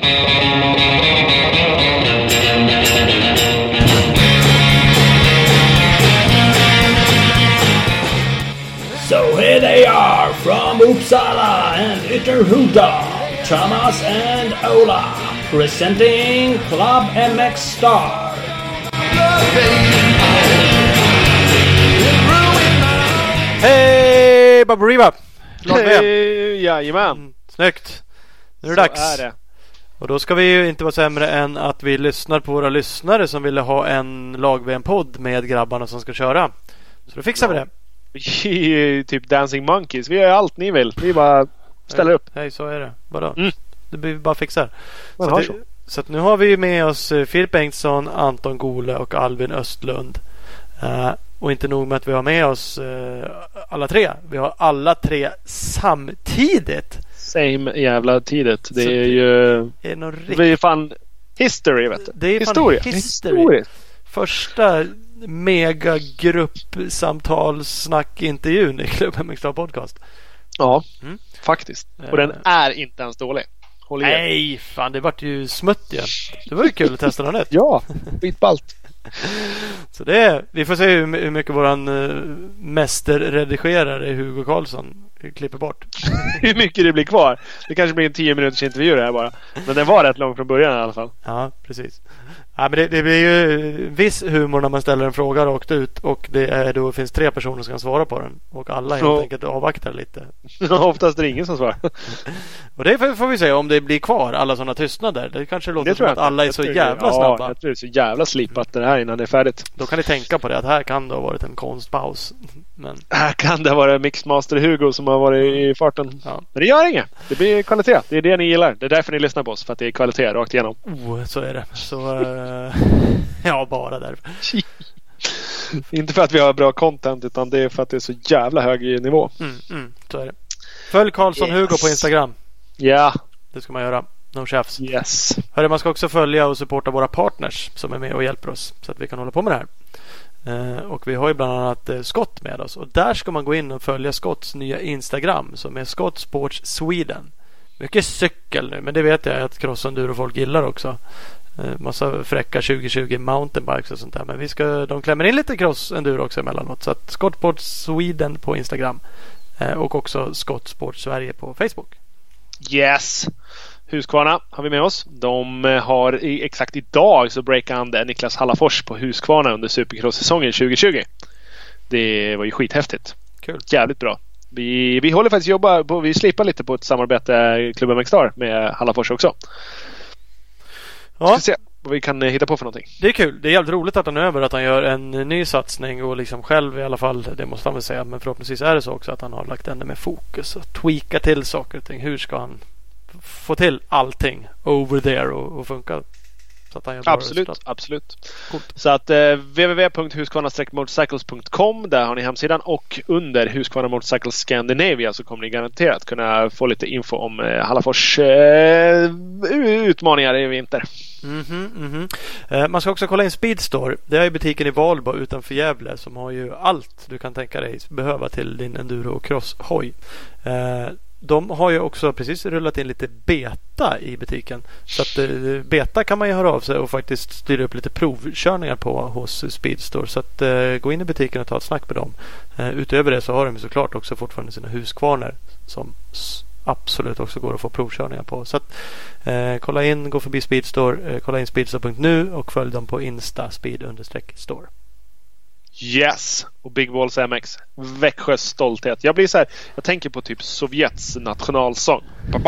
So here they are from Uppsala and Ytterhuda, Thomas and Ola, presenting Club MX Star. Hej Baberiba! Hej, jajamän. Snyggt. Nu är det dags. Är det. Och då ska vi ju inte vara sämre än att vi lyssnar på våra lyssnare som ville ha en lag-VM-podd med grabbarna som ska köra. Så då fixar vi det. Vi är typ Dancing Monkeys. Vi gör allt ni vill. Vi bara ställer upp. Hej, så är det. Vadå? Det blir vi bara fixar. Så att nu har vi med oss Filip Bengtsson, Anton Gole och Alvin Östlund. Och inte nog med att vi har med oss alla tre. Vi har alla tre samtidigt. Same jävla tidigt. Det är ju... Det är fan history, vet du. Det är historia. History. Första megagruppsamtalssnackintervjun i Club MX podcast. Ja, faktiskt. Och den är inte ens dålig. Nej, fan, det vart ju smutt igen. Det var ju kul att testa något nytt. Ja, skitballt. Så vi får se hur mycket våran mästerredigerare Hugo Karlsson klipper bort. Hur mycket det blir kvar. Det kanske blir en 10 minuters intervju det här bara. Men den var rätt lång från början i alla fall. Ja, precis. Ja, men det blir ju viss humor när man ställer en fråga rakt ut och då finns 3 personer som kan svara på den och alla helt enkelt avvaktar lite. Oftast är det ingen som svarar. Och det får vi se om det blir kvar alla sådana tystnader. Det kanske låter som att alla är så jävla snabba. Ja, jag tror det är så jävla slipat det här innan det är färdigt. Då kan ni tänka på det att här kan det ha varit en konstpaus. Men här kan det vara Mixmaster Hugo som har varit i farten. Ja. Men det gör inget. Det blir kvalitet. Det är det ni gillar. Det är därför ni lyssnar på oss. För att det är kvalitet rakt igenom. Så är det. Så ja, bara därför. Inte för att vi har bra content, utan det är för att det är så jävla hög nivå. Så är det. Följ Karlsson Hugo på Instagram. Ja. Det ska man göra. No chefs. Yes. Hörru, man ska också följa och supporta våra partners som är med och hjälper oss så att vi kan hålla på med det här. Och vi har ju bland annat Scott med oss. Och där ska man gå in och följa Scotts nya Instagram som är Scott Sports Sweden. Mycket cykel nu, men det vet jag att cross-enduro folk gillar också. Massa fräcka 2020 mountainbikes och sånt där. Men de klämmer in lite cross-enduro också emellanåt. Så att Scott Sports Sweden på Instagram. Och också Scott Sports Sverige på Facebook. Yes. Husqvarna har vi med oss. De har exakt idag så breakade Niklas Hallafors på Husqvarna under Supercross-säsongen 2020. Det var ju skithäftigt. Kul. Jävligt bra. Vi håller faktiskt jobba på, vi slipar lite på ett samarbete Club MX Star med Hallafors också. Ja. Ska se vad vi kan hitta på för någonting. Det är kul. Det är jävligt roligt att han är över, att han gör en ny satsning och liksom själv i alla fall, det måste han väl säga, men förhoppningsvis är det så också att han har lagt ännu mer fokus och tweaka till saker och ting. Hur ska han få till allting over there och funka? Så att han gör absolut. Coolt. Så att www.husqvarna-motorcycles.com, där har ni hemsidan, och under Husqvarna Motorcycles Scandinavia så kommer ni garanterat kunna få lite info om Hallafors utmaningar i vinter. Man ska också kolla in Speedstore. Det är ju butiken i Valbo utanför Gävle som har ju allt du kan tänka dig behöva till din enduro och crosshoj. De har ju också precis rullat in lite beta i butiken. Så att beta kan man ju höra av sig och faktiskt styra upp lite provkörningar på hos Speedstore. Så att gå in i butiken och ta ett snack med dem. Utöver det så har de såklart också fortfarande sina Husqvarnor som absolut också går att få provkörningar på. Så att kolla in, gå förbi Speedstore, kolla in speedstore.nu och följ dem på Insta speed_store. Yes, och Big Balls MX, Växjös stolthet. Jag blir så här, jag tänker på typ Sovjets nationalsång.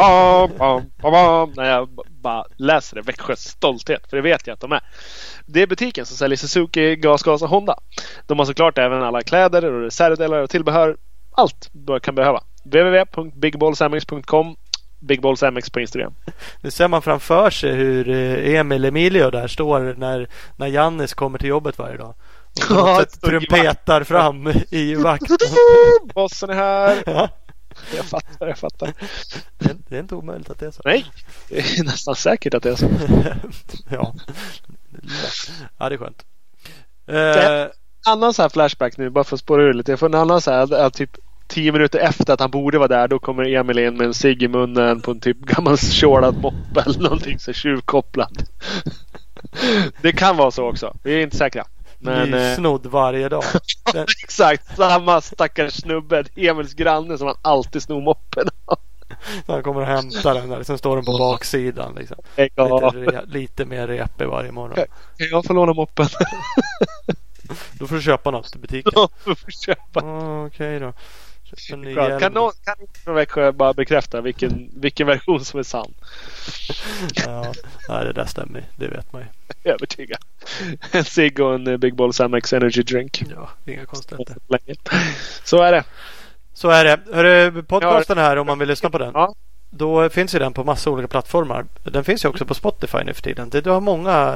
När jag bara läser det, Växjös stolthet, för det vet jag att de är. Det är butiken som säljer Suzuki, Gas och Honda. De har såklart även alla kläder och reservdelar och tillbehör. Allt du kan behöva. www.bigballsmx.com, BigBallsMX på Instagram. Nu ser man framför sig hur Emilio där står när Jannis kommer till jobbet varje dag. Och trumpetar fram i vakten. Bossen är här. Ja. Jag fattar. Det är inte omöjligt att det är så. Nej, det är nästan säkert att det är så. Ja, det är skönt. Annan så här flashback nu, bara för att spåra ur lite. Jag får en annan så här, typ 10 minuter efter att han borde vara där, då kommer Emil in med en cigg i munnen på en typ gammal kjolad moppe eller någonting så tjuvkopplad. Det kan vara så också. Vi är inte säkra. Men snodd varje dag. exakt, samma stackars snubbe, Emils granne som han alltid snor moppen av. Så han kommer och hämtar den där. Sen står den på baksidan liksom. Lite mer repig varje morgon. Jag får låna moppen. Då får du köpa något i butiken. Ja, du får köpa. Okej då. Kan någon från Växjö bara bekräfta vilken version som är sann? Ja, det där stämmer. Det vet man ju. Övertygad. En cigg och en Big Balls Amex Energy Drink. Ja, inga konstigheter. Så är det. Så är det. Hörru, podcasten här, om man vill lyssna på den. Ja. Då finns ju den på massa olika plattformar. Den finns ju också på Spotify nu för tiden. Det har många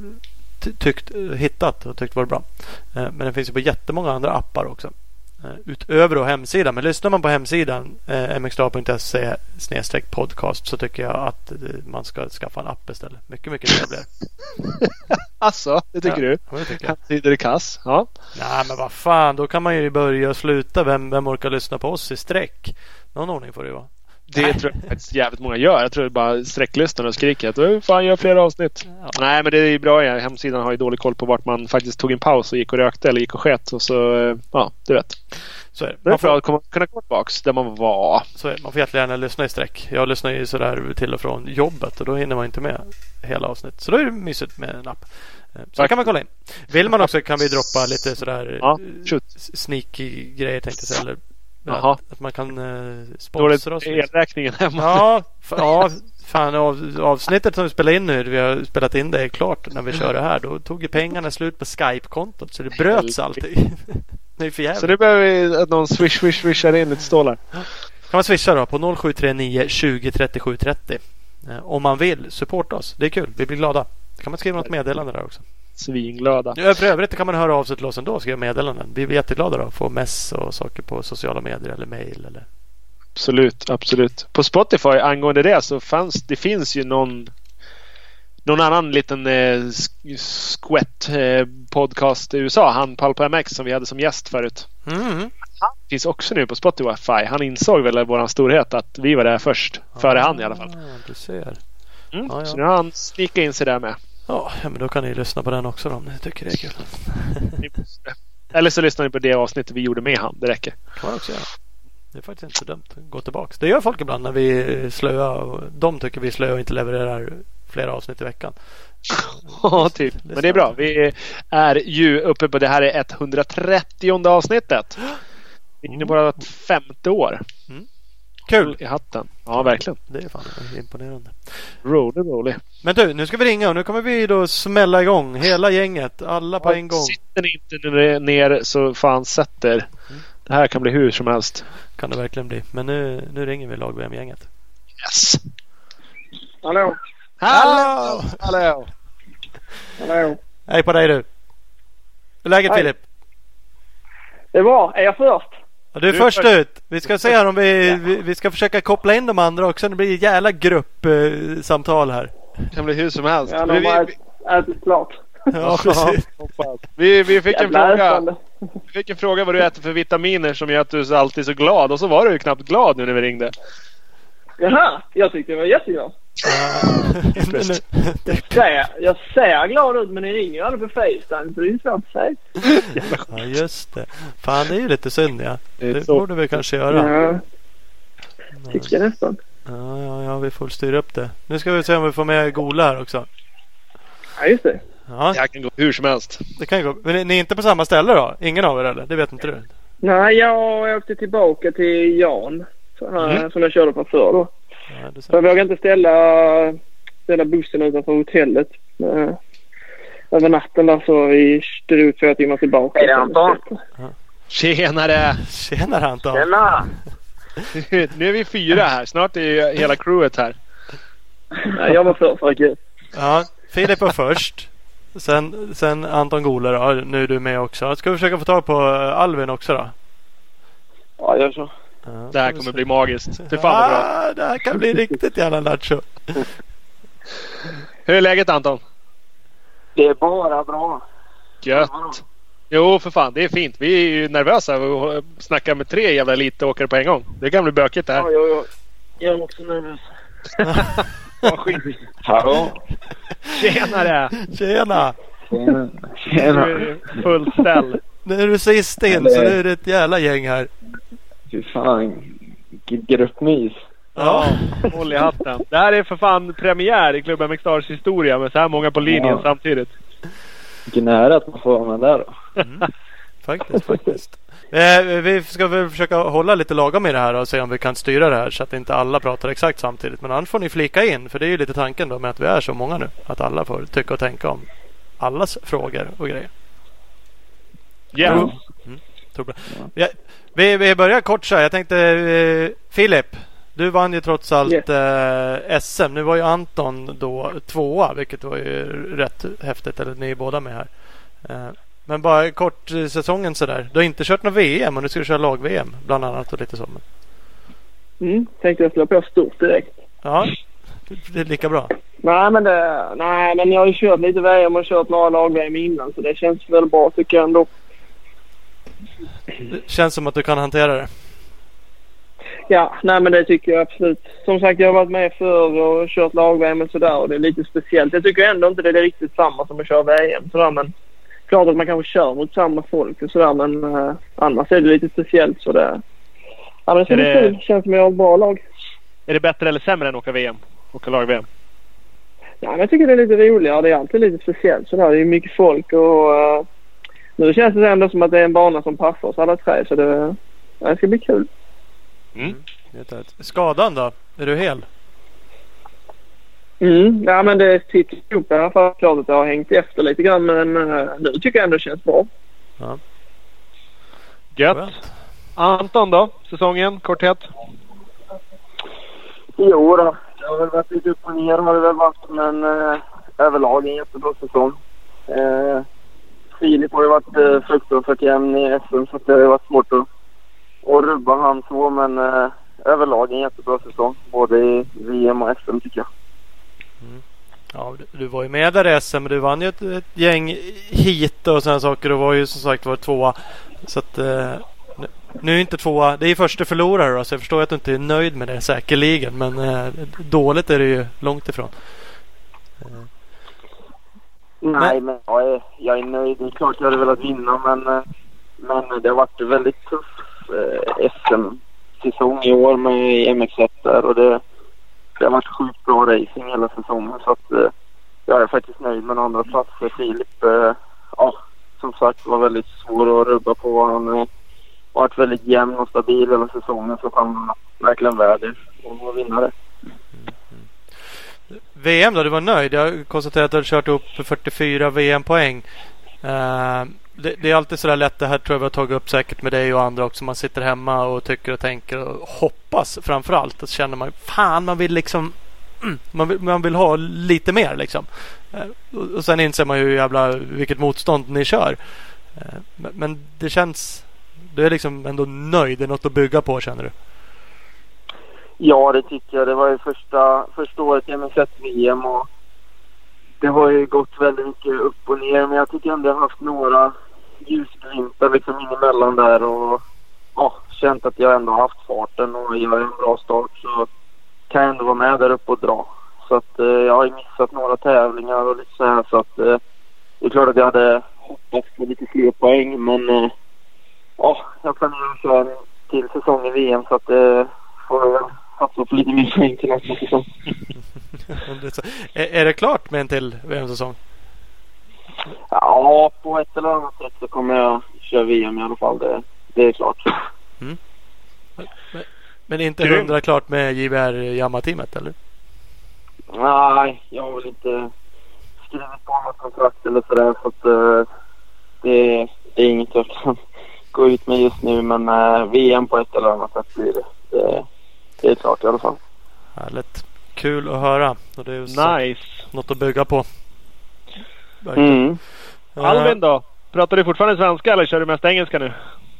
hittat och tyckt var bra. Men den finns ju på jättemånga andra appar också. Utöver då hemsidan. Men lyssnar man på hemsidan mxstar.se/podcast så tycker jag att man ska skaffa en app istället. Mycket, mycket trevligare. Alltså, det tycker du? Ja, det tycker jag. Hemsidor i kass. Ja. Nej, men vad fan. Då kan man ju börja och sluta. Vem orkar lyssna på oss i sträck? Någon ordning får det ju vara. Det tror jag faktiskt jävligt många gör. Jag tror det bara sträcklyssnar och skriker att fan gör flera avsnitt. Ja. Nej, men det är ju bra. Hemsidan har ju dålig koll på vart man faktiskt tog en paus och gick och rökte eller gick och sket. Och så, ja, du vet. Så är det. Man får kunna komma tillbaka där man var. Så är det. Man får jättegärna lyssna i sträck. Jag lyssnar ju sådär till och från jobbet och då hinner man inte med hela avsnitt. Så då är det mysigt med en app. Så kan man kolla in. Vill man också kan vi droppa lite sådär sneaky grejer tänkte jag säga. Att man kan sponsra oss. Elräkningen hemma. Ja, fan avsnittet som vi spelar in nu, vi har spelat in det är klart när vi kör det här. Då tog ju pengarna slut på Skype-kontot så det bröts alltid. Det är för jävligt. Så nu behöver vi att någon swishar in lite stålar. Kan man swisha då på 0739 20 37 30 om man vill supporta oss. Det är kul, vi blir glada. Kan man skriva något meddelande där också. Svinglada. Ja, för övrigt kan man höra av sig till oss ändå och skriva meddelanden. Vi blir jätteglada då att få mess och saker på sociala medier eller mejl eller. Absolut. På Spotify angående det så finns ju någon annan liten skvätt podcast i USA. Han Palpa MX som vi hade som gäst förut. Han finns också nu på Spotify. Han insåg väl våran storhet att vi var där först. Före han i alla fall. Du ser. Så nu har han snikat in sig där med. Ja, men då kan ni lyssna på den också om ni tycker det är kul. Eller så lyssnar ni på det avsnittet vi gjorde med han. Det räcker. Kan man också göra. Det är faktiskt inte så dumt. Gå tillbaka. Det gör folk ibland när vi är slöa. Och de tycker vi är slöa och inte levererar flera avsnitt i veckan. Ja, typ. Men det är bra. Vi är ju uppe på det här är 130:e avsnittet. Vi är inne på vårt 5:e år. Kul i hatten. Ja, verkligen. Det är fan imponerande. Rolig. Men du, nu ska vi ringa och nu kommer vi då smälla igång hela gänget, alla på en gång. Sitter ni inte ner så fan sätter. Det här kan bli hur som helst. Kan det verkligen bli. Men nu ringer vi lag-VM-gänget. Yes. Hallå. Hej på dig du. Hur är läget, Filip? Det är bra. Är jag först? Ja, du är först ut. Vi ska se här om vi ska försöka koppla in de andra också. Det blir jävla gruppsamtal här. Det kan bli hur som helst. Ja, de har ätit klart. Ja, precis. Vi fick en fråga. Vi fick en fråga vad du äter för vitaminer som gör att du är alltid så glad. Och så var du ju knappt glad nu när vi ringde. Jaha, jag tyckte det var jätteglad. Jag ser glad ut, men ni ringer ju aldrig på FaceTime, så det är svårt att säga. Ja, just det. Fan, det är ju lite synd, ja. Det borde vi kanske göra. Ja, tycker jag nästan. Ja, vi får styra upp det. Nu ska vi se om vi får med Gola här också. Ja, just det. Ja. Det kan gå hur som helst. Det kan gå. Men ni är inte på samma ställe då? Ingen av er eller? Det vet inte du? Nej, jag åkte tillbaka till Jan som jag körde på förr då. Ja, så jag vågar inte ställa bussen utanför hotellet över natten där, så vi stod ut 2 timmar tillbaka. Hej Anton! Tjenare Anton! Tjena! Nu är vi 4 här, snart är ju hela crewet här. Nej, jag var först. Okay. Ja, Filip var först. Sen Anton Goler, ja, nu är du med också. Ska vi försöka få tag på Alvin också då? Ja, gör så. Ja, det här kommer bli magiskt. Det fan vad bra. Det här kan bli riktigt jävla nacho. Hur är läget, Anton? Det är bara bra. Gött. Jo, för fan. Det är fint. Vi är ju nervösa och snackar med 3 jävla elitåkare på en gång. Det kan bli bökigt det här. Ja. Jag är också nervös. Hallå. Tjenare. Tjena. Full ställ. Nu är du sist in så nu är det ett jävla gäng här. Fy fan. Gruppmys. Ja, håll i hatten. Det här är för fan premiär i Club MX Stars historia med så här många på linjen samtidigt. Vilken nära att man får vara med där då. Faktiskt. Vi ska väl försöka hålla lite lagom i det här och se om vi kan styra det här så att inte alla pratar exakt samtidigt. Men annars får ni flika in, för det är ju lite tanken då med att vi är så många nu. Att alla får tycka och tänka om allas frågor och grejer. Ja. Vi börjar kort så här. Jag tänkte Filip, du vann ju trots allt SM. Nu var ju Anton då 2:a, vilket var ju rätt häftigt. Eller ni är båda med här. Men bara kort säsongen så där. Du har inte kört någon VM och nu ska du köra lag-VM bland annat och lite så. Tänkte jag slå på stort direkt. Ja, det är lika bra. Nej, men jag har ju kört lite VM och kört några lag-VM innan, så det känns väl bra tycker jag ändå. Det känns som att du kan hantera det. Ja, nej men det tycker jag absolut. Som sagt, jag har varit med förr och kört lag-VM och sådär och det är lite speciellt. Jag tycker ändå inte det är riktigt samma som att köra VM sådär, men klart att man kanske kör mot samma folk och sådär, men annars är det lite speciellt så det. Ja, men det känns som jag har ett bra lag. Är det bättre eller sämre än att åka VM? Åka lag-VM? Ja, men jag tycker det är lite roligare. Det är alltid lite speciellt sådär. Det är mycket folk och nu känns det ändå som att det är en bana som passar oss alla 3, så det ska bli kul. Skadan då? Är du hel? Ja, men det sitter ihop i alla fall. Klart att jag har hängt efter lite grann, men nu tycker jag ändå det känns bra. Ja. Gött. Anton då? Säsongen, korthet? Jo då. Det har väl varit lite upp och ner har det väl varit, men överlag en jättebra säsong. Filip har ju varit fruktansvärt jämn i SM, så det har varit svårt att rubba han så, men överlag en jättebra säsong. Både i VM och SM tycker jag. Ja, du var ju med där i SM, men du vann ju ett gäng hit och sådana saker och var ju som sagt var 2:a. Så att nu är inte 2:a. Det är ju första förlorare då, så jag förstår att du inte är nöjd med det säkerligen, men dåligt är det ju långt ifrån. Nej, men jag är nöjd. Det är klart jag hade velat vinna, men det har varit väldigt tuff SM-säsong i år med MX1 där, och det har varit sjukt bra racing hela säsongen, så att jag är faktiskt nöjd med en andra plats för Filip. Som sagt var väldigt svår att rubba på. Han har varit väldigt jämn och stabil hela säsongen, så han var verkligen värdig att vinna det. VM då, du var nöjd. Jag konstaterar att du har kört upp 44 VM-poäng. Det är alltid sådär lätt. Det här tror jag vi har tagit upp säkert med dig och andra också. Man sitter hemma och tycker och tänker och hoppas framförallt. Och så känner man, fan man vill liksom man vill ha lite mer liksom. Och sen inser man ju vilket motstånd ni kör. Men det känns, du är liksom ändå nöjd. Det är något att bygga på, känner du? Ja, det tycker jag. Det var ju första året i MX1-VM och det har ju gått väldigt mycket upp och ner, men jag tycker ändå jag har haft några ljusglimtar liksom in emellan där och känt att jag ändå har haft farten och gör en bra start, så kan jag ändå vara med där uppe och dra. Så att jag har missat några tävlingar och lite så här, så att det är klart att jag hade hoppats på lite fler poäng, men jag planerar att köra till säsong i VM, så att får jag väl satsa på lite mer poäng till nästa säsong. Är det klart med en till VM-säsong? Ja, på ett eller annat sätt så kommer jag köra VM i alla fall. Det är klart. Men inte 100 klart med JBR Yamaha-teamet, eller? Nej, jag har väl inte skrivit på något kontrakt eller sådär, så att det är inget jag kan gå ut med just nu, men VM på ett eller annat sätt blir det. Det är klart i alla fall. Härligt. Kul att höra. Och det är ju något att bygga på. Alvin då? Pratar du fortfarande svenska eller kör du mest engelska nu?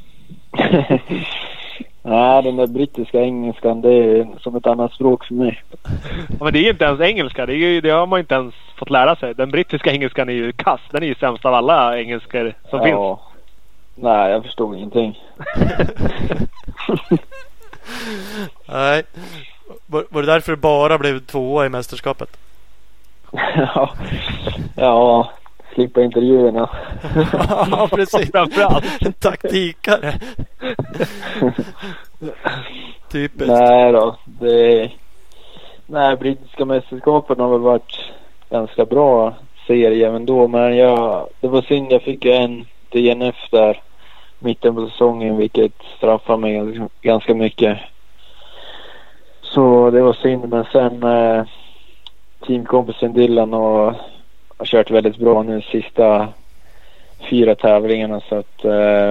Nej, den där brittiska engelskan, det är som ett annat språk för mig. Ja, men det är ju inte ens engelska. Det har man inte ens fått lära sig. Den brittiska engelskan är ju kass. Den är ju sämst av alla engelskor som finns. Nej, jag förstod ingenting. Nej. Var det därför det bara blev 2 i mästerskapet? Ja, slippa intervjuerna. Ja, precis. En taktikare. Typiskt. Nej då, brittiska mästerskapen har väl varit ganska bra serie även då, men det var synd, jag fick ju en DNF där mitten på säsongen, vilket straffade mig ganska mycket. Så det var synd, men sen teamkompisen Dylan har kört väldigt bra nu sista 4 tävlingarna, så att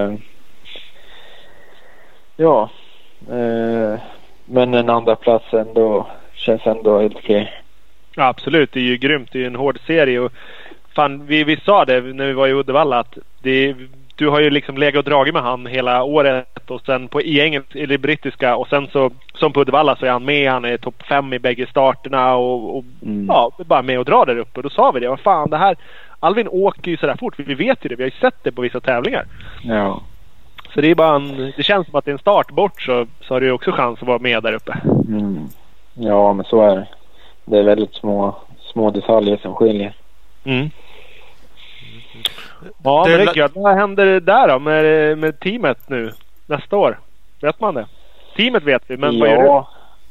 men en andra platsen då känns ändå helt okej. Ja, absolut, det är ju grymt, det är ju en hård serie och fan, vi sa det när vi var i Uddevalla att du har ju liksom legat och dragit med han hela året och sen i det brittiska och sen så som på Uddevalla så är han med, han är topp 5 i bägge starterna och bara med och drar där uppe, och då sa vi det, vad fan det här, Alvin åker ju sådär fort, vi vet ju det, vi har ju sett det på vissa tävlingar. Ja. Så det är bara det känns som att det är en start bort så har du ju också chans att vara med där uppe. Ja, men så är det. Det är väldigt små detaljer som skiljer. Ja, men det är klart. Vad händer där då med teamet nu nästa år? Vet man det? Teamet vet vi, men vad gör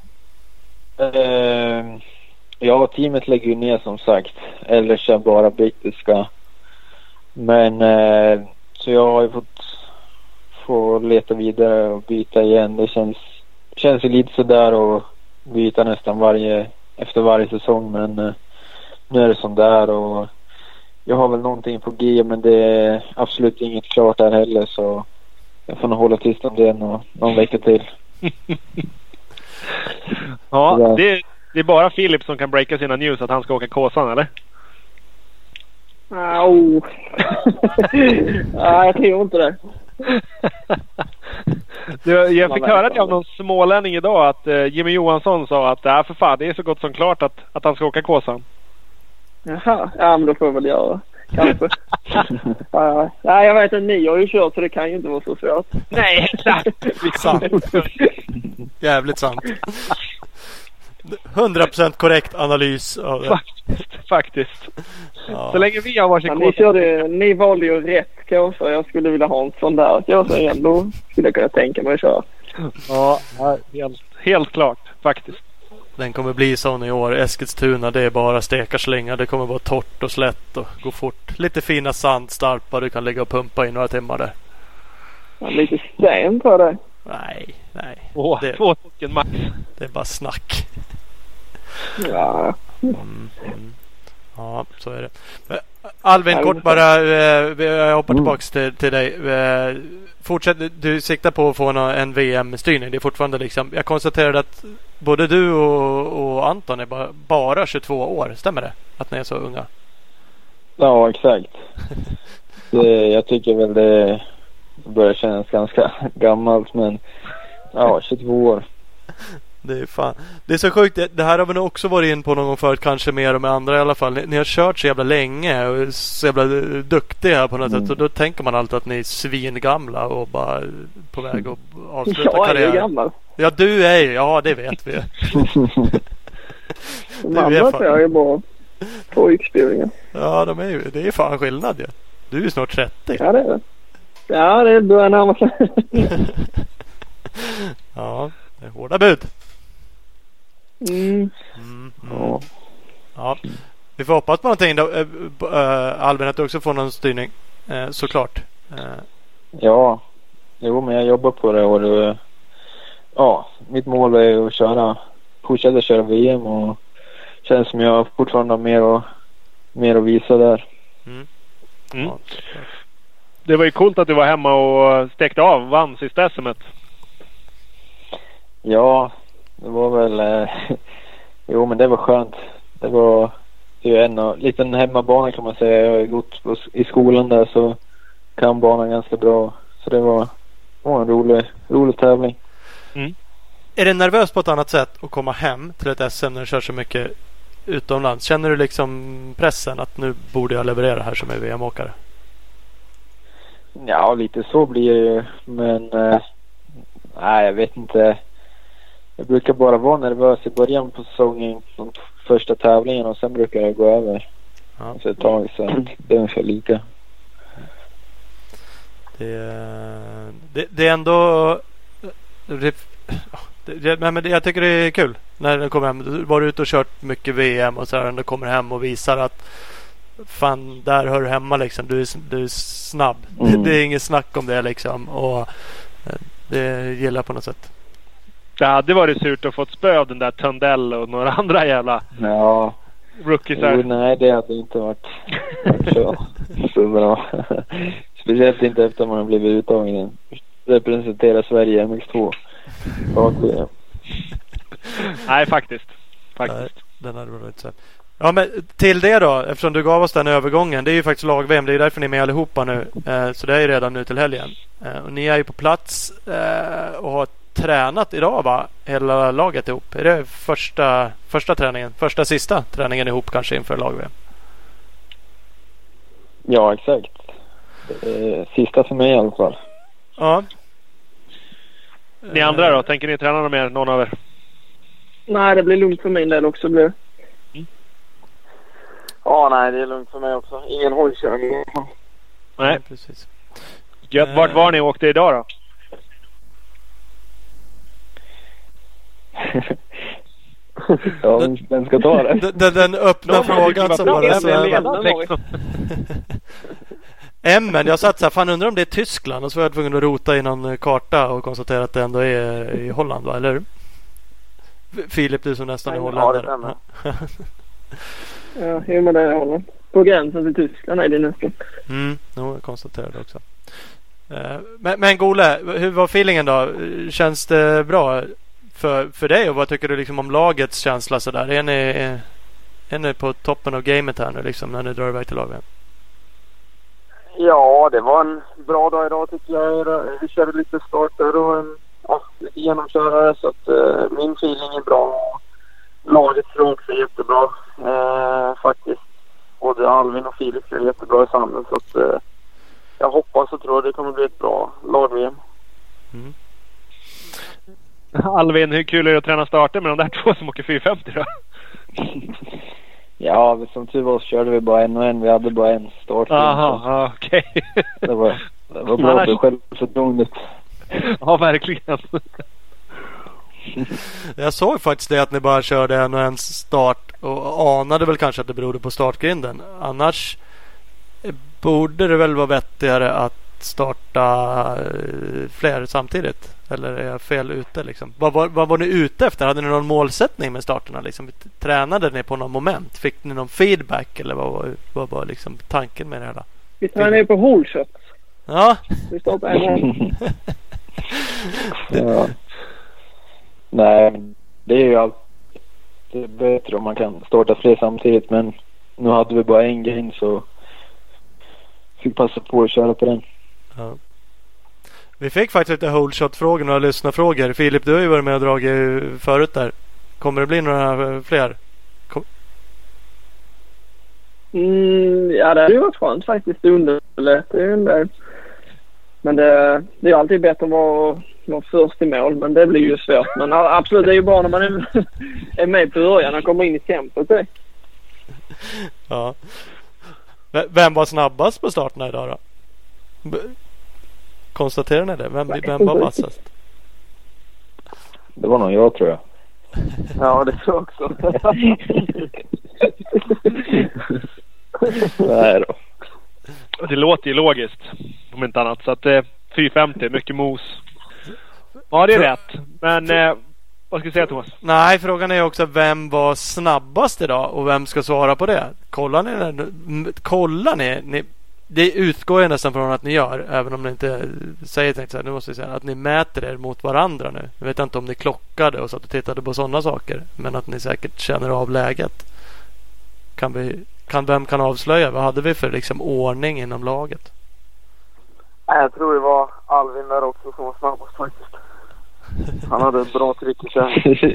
du? Ja, teamet lägger ju ner som sagt. Eller kör bara brittiska. Men så jag har ju få leta vidare och byta igen. Det känns ju lite sådär och byta nästan efter varje säsong, men nu är det som där och jag har väl någonting på G, men det är absolut inget klart där heller, så jag får nog hålla tyst om det någon vecka till. Ja, det är bara Filip som kan breaka sina news att han ska åka Kåsan, eller? Nej, jag tror inte det. Jag fick höra det av någon smålänning idag att Jimmy Johansson sa att för fan, det är så gott som klart att han ska åka Kåsan. Jaha, ja men då får jag väl göra kanske. Nej, jag vet att ni har ju kört så det kan ju inte vara så svårt. Nej, exakt. Sant. Jävligt sant. 100% korrekt analys av det. Faktiskt. Ja. Så länge vi har varsin Kåsa. Ni valde ju rätt Kåsa. Jag skulle vilja ha en sån där Kåsa igen. Då skulle jag kunna tänka mig att köra. Ja, helt klart faktiskt. Den kommer bli sån i år. Eskilstuna, det är bara stekarslänga. Det kommer vara torrt och slätt och gå fort. Lite fina sandstarpar du kan lägga och pumpa i några timmar där. Ja, lite sten på det. Nej. 2 stycken max. Det är bara snack. Ja. Ja, så är det. Alvin, kort bara. Jag hoppar tillbaka till dig. Fortsätt, du siktar på att få en VM-styrning. Det är fortfarande liksom. Jag konstaterade att både du och Anton är bara 22 år. Stämmer det? Att ni är så unga? Ja, exakt. Jag tycker väl det börjar kännas ganska gammalt, men 22 år. Det är fan. Det är så sjukt. Det här har vi nog också varit in på någon gång förut, kanske mer och med andra i alla fall. Ni har kört så jävla länge och så jävla duktiga på något sätt. Och då tänker man alltid att ni är svingamla och bara på väg att avsluta karriären. Jag är gammal. Ja, du är ju. Ja, det vet vi. Mamma säger ju bara pojkspelningen. Ja, det är fan skillnad ju. Du är ju snart 30. Ja, det är det. Ja, det börjar närma sig. Ja, det är hårda bud. Ja. Vi får hoppas på någonting då. Albin, att du också får någon styrning. Såklart. Ja. Jo, men jag jobbar på det och mitt mål är att fortsätta köra VM och känns som jag fortfarande har mer att visa där. Ja, det var ju coolt att du var hemma och stekte vann sista SM:et. Ja, det var väl jo, men det var skönt. Det var ju en liten hemmabana kan man säga. Jag har gått i skolan där, så kan banan ganska bra. Så det var en rolig tävling. Är det nervöst på ett annat sätt att komma hem till ett SM när du kör så mycket utomlands? Känner du liksom pressen att nu borde jag leverera här som är VM-åkare? Ja, lite så blir det ju. Men nej, jag vet inte. Jag brukar bara vara nervös i början på säsongen, de första tävlingen, och sen brukar det gå över. Ja. Så ett tag, så det är ungefär lika. Det är ändå men jag tycker det är kul när det kommer hem. Du var ute och kört mycket VM och så här, när du kommer hem och visar att fan, där hör du hemma liksom. Du är snabb. Det är inget snack om det liksom, och det gillar på något sätt. Det hade varit surt att få ett spö av den där Tundell och några andra jävla rookies där. Nej, det hade inte varit så bra. Speciellt inte efter man har blivit uttagen. Representera Sverige MX2. Nej, faktiskt. Nej, den hade varit så. Ja, men till det då, eftersom du gav oss den övergången, det är ju faktiskt lag-VM, det är ju därför ni är med allihopa nu, så det är ju redan nu till helgen, och ni är ju på plats och har tränat idag, va? Hela laget ihop. Är det första träningen, sista träningen ihop kanske inför lag-VM? Ja, exakt. Sista för mig i alla fall. Ja. Ni andra då? Tänker ni träna någon mer? Någon av er? Nej, det blir lugnt för min del också. Blir. Ja, nej, det är lugnt för mig också. Ingen hojkörning. Nej, precis. Gött, vart var ni och åkte idag då? Ja, den ska ta det. Den öppna frågan som bara så. Men jag satt så här, fan, undrar om det är Tyskland, och så var jag tvungen att rota i någon karta och konstatera att det ändå är i Holland, va? Eller hur? Filip, du som nästan är holländare. Ja, men det är Holland. På gränsen till Tyskland är det nästan. Jag konstaterade också. Men Gole, hur var feelingen då? Känns det bra för dig, och vad tycker du liksom om lagets känsla så där? Är ni på toppen av gamet här nu liksom, när ni drar iväg till laget? Ja, det var en bra dag idag tycker jag. Vi körde lite starter och lite genomkörare, så att min feeling är bra. Laget tror också jättebra faktiskt. Både Alvin och Filip är jättebra i sanden, så att jag hoppas och tror att det kommer bli ett bra lag-VM. Alvin, hur kul är det att träna starter med de där två som åker 450 då? Ja, som tur var så körde vi bara en. Vi hade bara en start. Aha, okej. Det var bra för självförtroendet. Ja, verkligen. Jag såg faktiskt det, att ni bara körde en start, och anade väl kanske att det berodde på startgrinden. Annars borde det väl vara vettigare att starta fler samtidigt. Eller är jag fel ute liksom? Vad var ni ute efter? Hade ni någon målsättning med starterna liksom? Tränade ni på någon moment? Fick ni någon feedback, eller vad var liksom tanken med det hela? Vi tränade på holeshot. Ja. Vi startade en ja. Nej, det är ju alltid bättre om man kan starta fler samtidigt, men nu hade vi bara en grej, så fick passa på att köra på den. Ja. Vi fick faktiskt lite holeshot-frågor, några lyssnarfrågor. Filip, du har ju varit med och dragit förut där. Kommer det bli några fler? Ja, det har ju varit skönt faktiskt. Det underlättar. Men det är alltid bättre att vara först i mål, men det blir ju svårt. Men absolut, det är ju bra när man är med på början och kommer in i tempot. Ja. Vem var snabbast på starten idag då? Konstaterar ni det? Vem var vassast? Det var nog jag, tror jag. Ja, det tror jag också. Nej då. Det låter ju logiskt, om inte annat. Så att 450, mycket mos. Ja, det är rätt. Men vad ska jag säga, Thomas? Nej, frågan är också vem var snabbast idag, och vem ska svara på det? Kollar ni? Det utgår jag nästan från att ni gör, även om ni inte säger så här. Nu måste jag säga att ni mäter er mot varandra nu. Jag vet inte om ni klockade och satt och tittade på sådana saker, men att ni säkert känner av läget. Vem kan avslöja? Vad hade vi för liksom ordning inom laget? Jag tror det var Alvin där också som var snabbast faktiskt. Han hade ett bra tryck i sig.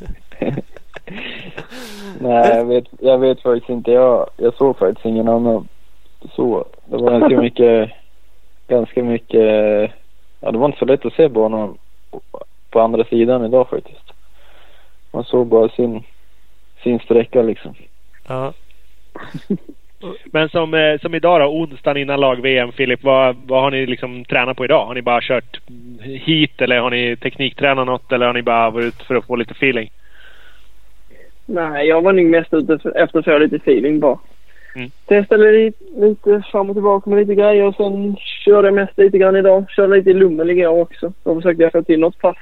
Nej, jag vet faktiskt inte. Jag såg faktiskt ingen annan. Så det var ganska mycket ganska mycket. Ja, det var inte så lätt att se banan på andra sidan idag faktiskt. Man såg bara sin sträcka liksom. Ja. Men som idag då, onsdagen innan lag-VM, Filip, vad har ni liksom tränat på idag? Har ni bara kört hit eller har ni tekniktränat något eller har ni bara varit ut för att få lite feeling? Nej, jag var nog mest ute efter att få lite feeling bara. Testade lite fram och tillbaka med lite grejer och sen körde jag mest lite grann idag. Körde lite i Lummel igår också. Då försökte jag få till något pass.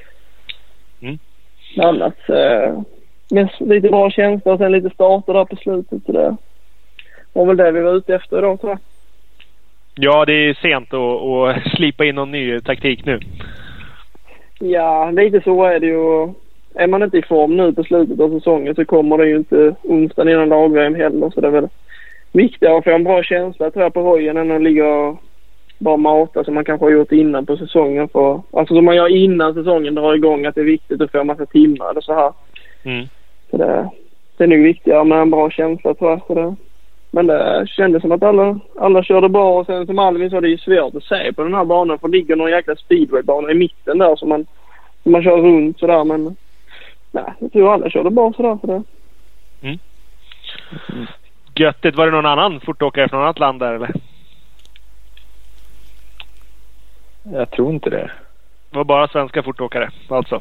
Annat. Mest lite bra känsla och sen lite starter där på slutet. Så det var väl det vi var ute efter idag, tror jag. Ja, det är sent att slipa in någon ny taktik nu. Ja, lite så är det ju. Är man inte i form nu på slutet av säsongen så kommer det ju inte onsdagen innan lag-VM heller. Så det är väl viktigare att få en bra känsla, tror jag, på hojen än att ligga och bara mata som man kanske har gjort innan på säsongen. Alltså som man gör innan säsongen drar igång, att det är viktigt att få en massa timmar eller så här. Så det är nog viktigare med en bra känsla, tror jag. Så det. Men det kändes som att alla körde bra och sen som Alvin sa, det är ju svårt att se på den här banan för det ligger någon jäkla speedwaybana i mitten där som man kör runt sådär, men nej, jag tror alla körde bra sådär för det. Göttigt, var det någon annan fortåkare från något annat land där eller? Jag tror inte det. Det var bara svenska fortåkare, alltså.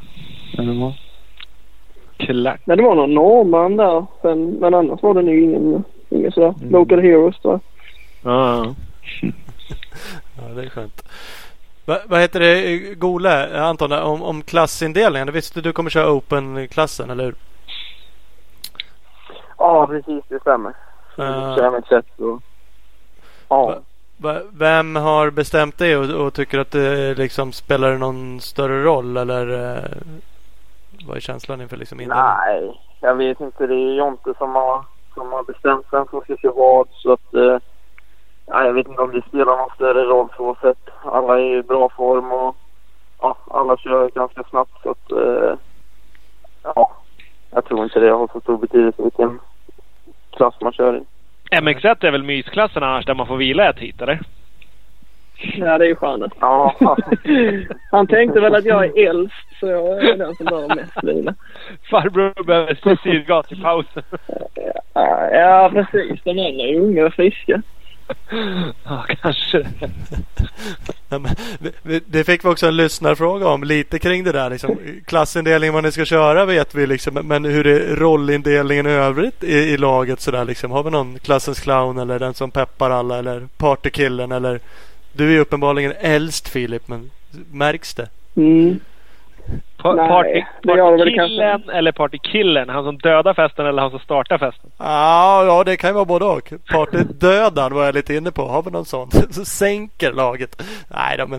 Klart. Nej, det var någon norrman där sen, men annars var det nog ingen sådär local heroes då. Ja, det är skönt. Vad heter det, Gole, Anton, om klassindelningen? Visst du kommer köra Open-klassen, eller hur? Ja, precis, det stämmer. Vem har bestämt det och tycker att det liksom spelar någon större roll, eller vad är känslan inför liksom indelningen? Nej, jag vet inte. Det är Jonte som har bestämt vem som ska köra vad, så att jag vet inte om det spelar någon större roll så sätt. Alla är i bra form och alla kör ganska snabbt, så att jag tror inte det har så stor betydelse vilken klass man kör i. MX1 är väl mysklassen annars, där man får vila ett hit, eller? Ja, det är ju skönast. Ja. Han tänkte väl att jag är äldst, så jag är den som behöver mest vila. Farbror behöver syrgas i pausen. Ja, precis. De är ju unga och friska. Ja, kanske. Ja, men det fick vi också en lyssnarfråga om lite kring det där liksom. Klassindelningen vad ni ska köra vet vi liksom, men hur är rollindelningen i övrigt i laget sådär liksom? Har vi någon klassens clown eller den som peppar alla eller partykillen, eller du är uppenbarligen äldst, Filip, men märks det? Partykillen eller partykillen? Han som dödar festen eller han som startar festen? Ja, det kan ju vara både och. Partydödaren var jag lite inne på. Har vi någon sån? Så sänker laget. Nej då, men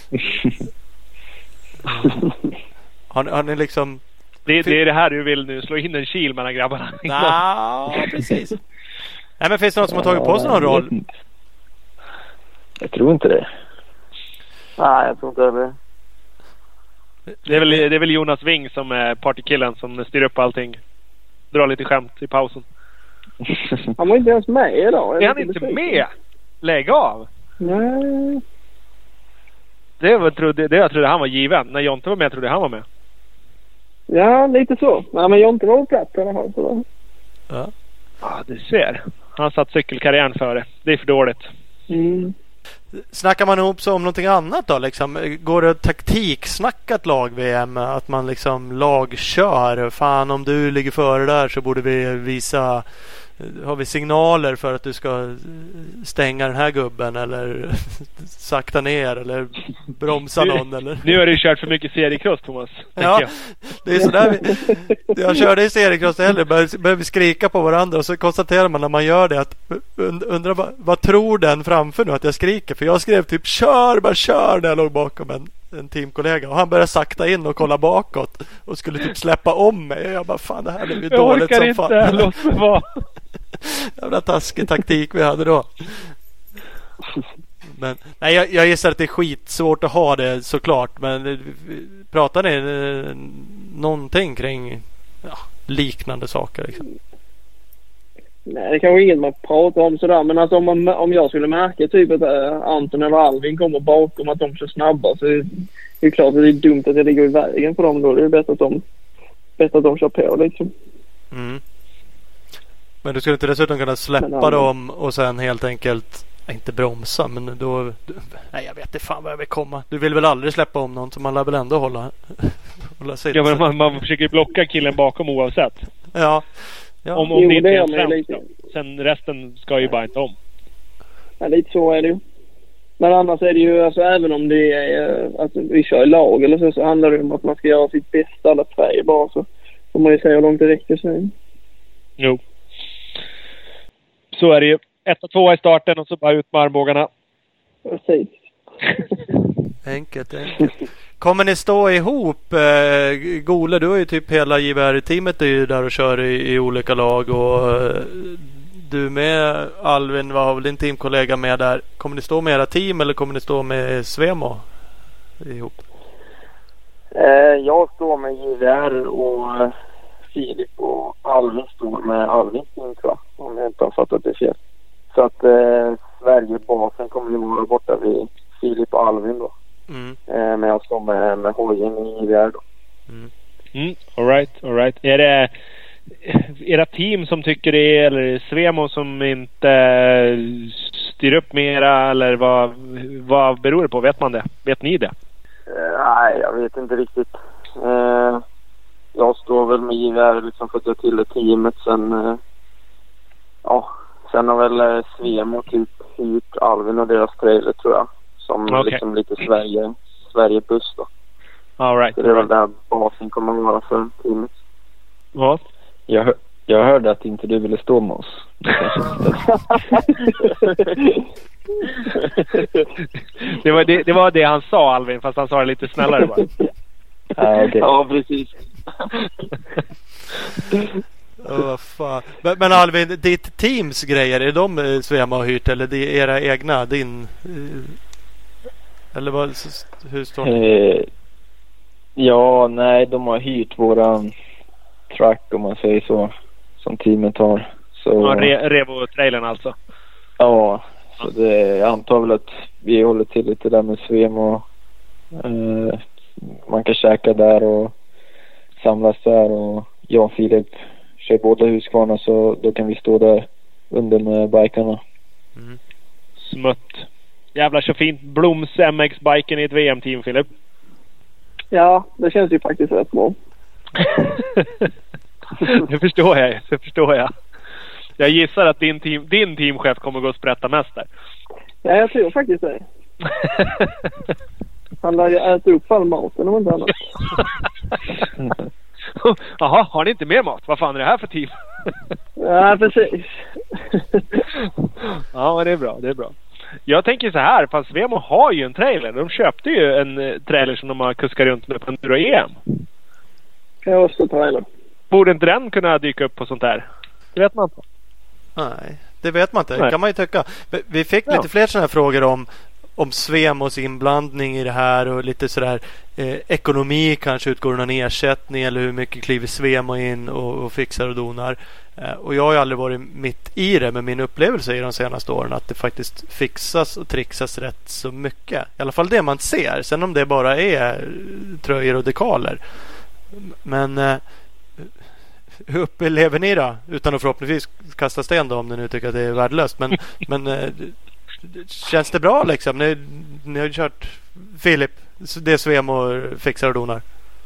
har ni liksom... Det är det här du vill nu, slå in en kil mellan grabbarna. Ja, precis. Nej, men finns det någon som har tagit på sig någon roll? Jag tror inte det. Nej, jag tror inte det. Det är väl Jonas Wing som är partykillen som styr upp allting. Drar lite skämt i pausen. Han var inte ens med idag. Är han inte med? Lägg av. Nej. Jag trodde han var given. När Jonte var med trodde han var med. Ja, lite så. Ja, men Jonte var på plats i alla fall. Så. Ja, du ser. Han satt cykelkarriären före. Det är för dåligt. Snackar man ihop så om någonting annat då liksom? Går det taktiksnackat lag-VM? Att man liksom lagkör? Fan, om du ligger före där så borde vi visa... Har vi signaler för att du ska stänga den här gubben eller sakta ner eller bromsa någon? Eller? Nu har du kört för mycket seriecross, Thomas. Ja, det är sådär. Jag körde i seriecross heller. Började vi skrika på varandra och så konstaterar man när man gör det att undrar vad tror den framför nu att jag skriker? För jag skrev typ kör när jag låg bakom en teamkollega och han började sakta in och kolla bakåt och skulle typ släppa om mig. Jag bara, fan, det här blir dåligt som fan. Jag orkar inte, låt mig vara. Jävla taskig taktik vi hade då. Men nej, jag gissar att det är skitsvårt att ha det såklart, men pratar ni någonting kring liknande saker liksom? Nej, det kanske inget man pratar om sådär. Men alltså om jag skulle märka typ att Anton eller Alvin kommer bakom att de kör snabba, så är det klart att det är dumt att det går i vägen för dem då. Det är bättre att de kör på liksom. Mm. Men du skulle inte dessutom kunna släppa dem och sen helt enkelt inte bromsa, men då... Nej, jag vet inte fan vad jag vill komma. Du vill väl aldrig släppa om någon, så man lär väl ändå hålla sitt. Ja, men man försöker blocka killen bakom oavsett. Ja. Om det inte är en svensk då. Sen resten ska ju bara inte om. Ja, lite så är det ju. Men annars är det ju, alltså även om det är alltså, vi kör i lag eller så handlar det om att man ska göra sitt bästa alla tre bara, så får man ju säga hur långt det räcker sen. Jo. Så är det ju. 1-2 i starten och så bara ut med armbågarna. Precis. Enkelt. Kommer ni stå ihop? Gole, du är ju typ hela JVR-teamet är ju där och kör i olika lag, och du med Alvin, vad har väl din teamkollega med där? Kommer ni stå med era team eller kommer ni stå med Svemo ihop? Jag står med JVR och Filip och Alvin står med Alvins team, tror jag. Om jag inte har fattat det fel. Så att Sverigebasen kommer ju vara borta vid Filip och Alvin då. Mm. Men jag står med hojen i JVR då. All right. Är det era team som tycker det är, eller är det Svemo som inte styr upp mera, eller vad beror det på? Vet man det? Vet ni det? Nej, jag vet inte riktigt. Jag står väl med JVR liksom för att jag till teamet. Sen har väl Svemo typ hyrt Alvin och deras trailer, tror jag. Som liksom lite Sverigebuss då. All right. Så det är väl där basen kommer att vara för teamet. Vad? Jag hörde att inte du ville stå med oss. Det var det han sa, Alvin, fast han sa det lite snällare bara. Okay. Ja, precis. Fan. Men Alvin, ditt teams grejer, är de Svema har hyrt eller det är era egna? Eller hur står det? Ja, nej, de har hyrt våran truck, om man säger så, som teamet har. Så, Revo-trailern alltså? Ja, så jag antar väl att vi håller till lite där med Svema. Man kan käka där och samlas där, och jag och Filip kör båda Husqvarna, så då kan vi stå där under med bikarna. Smutt. Jävla så fint. Bloms MX-biken i ett VM-team, Filip. Ja, det känns ju faktiskt rätt bra. Det förstår jag. Jag gissar att din teamchef kommer gå och sprätta mest där. Ja, jag tror faktiskt det. Han lär ju äta upp all maten om inte annat. Jaha, har ni inte mer mat? Vad fan är det här för team? Ja, precis. Ja, men det är bra. Jag tänker så här, fast Svemo har ju en trailer. De köpte ju en trailer som de har kuskat runt med på Enduro EM. Jag måste trailer. Borde inte den kunna dyka upp på sånt här? Det vet man inte. Nej, det vet man inte. Det kan man ju tycka. Vi fick lite fler sådana här frågor om Svemos inblandning i det här och lite sådär ekonomi, kanske utgår någon ersättning eller hur mycket kliver Svemo in och fixar och donar. Och jag har ju aldrig varit mitt i det, men min upplevelse i de senaste åren att det faktiskt fixas och trixas rätt så mycket. I alla fall det man ser. Sen om det bara är tröjor och dekaler. Men hur upplever ni då? Utan att förhoppningsvis kasta sten då, om ni nu tycker att det är värdelöst. Men känns det bra liksom? Ni har ju kört Filip, det Svemo fixar och donar.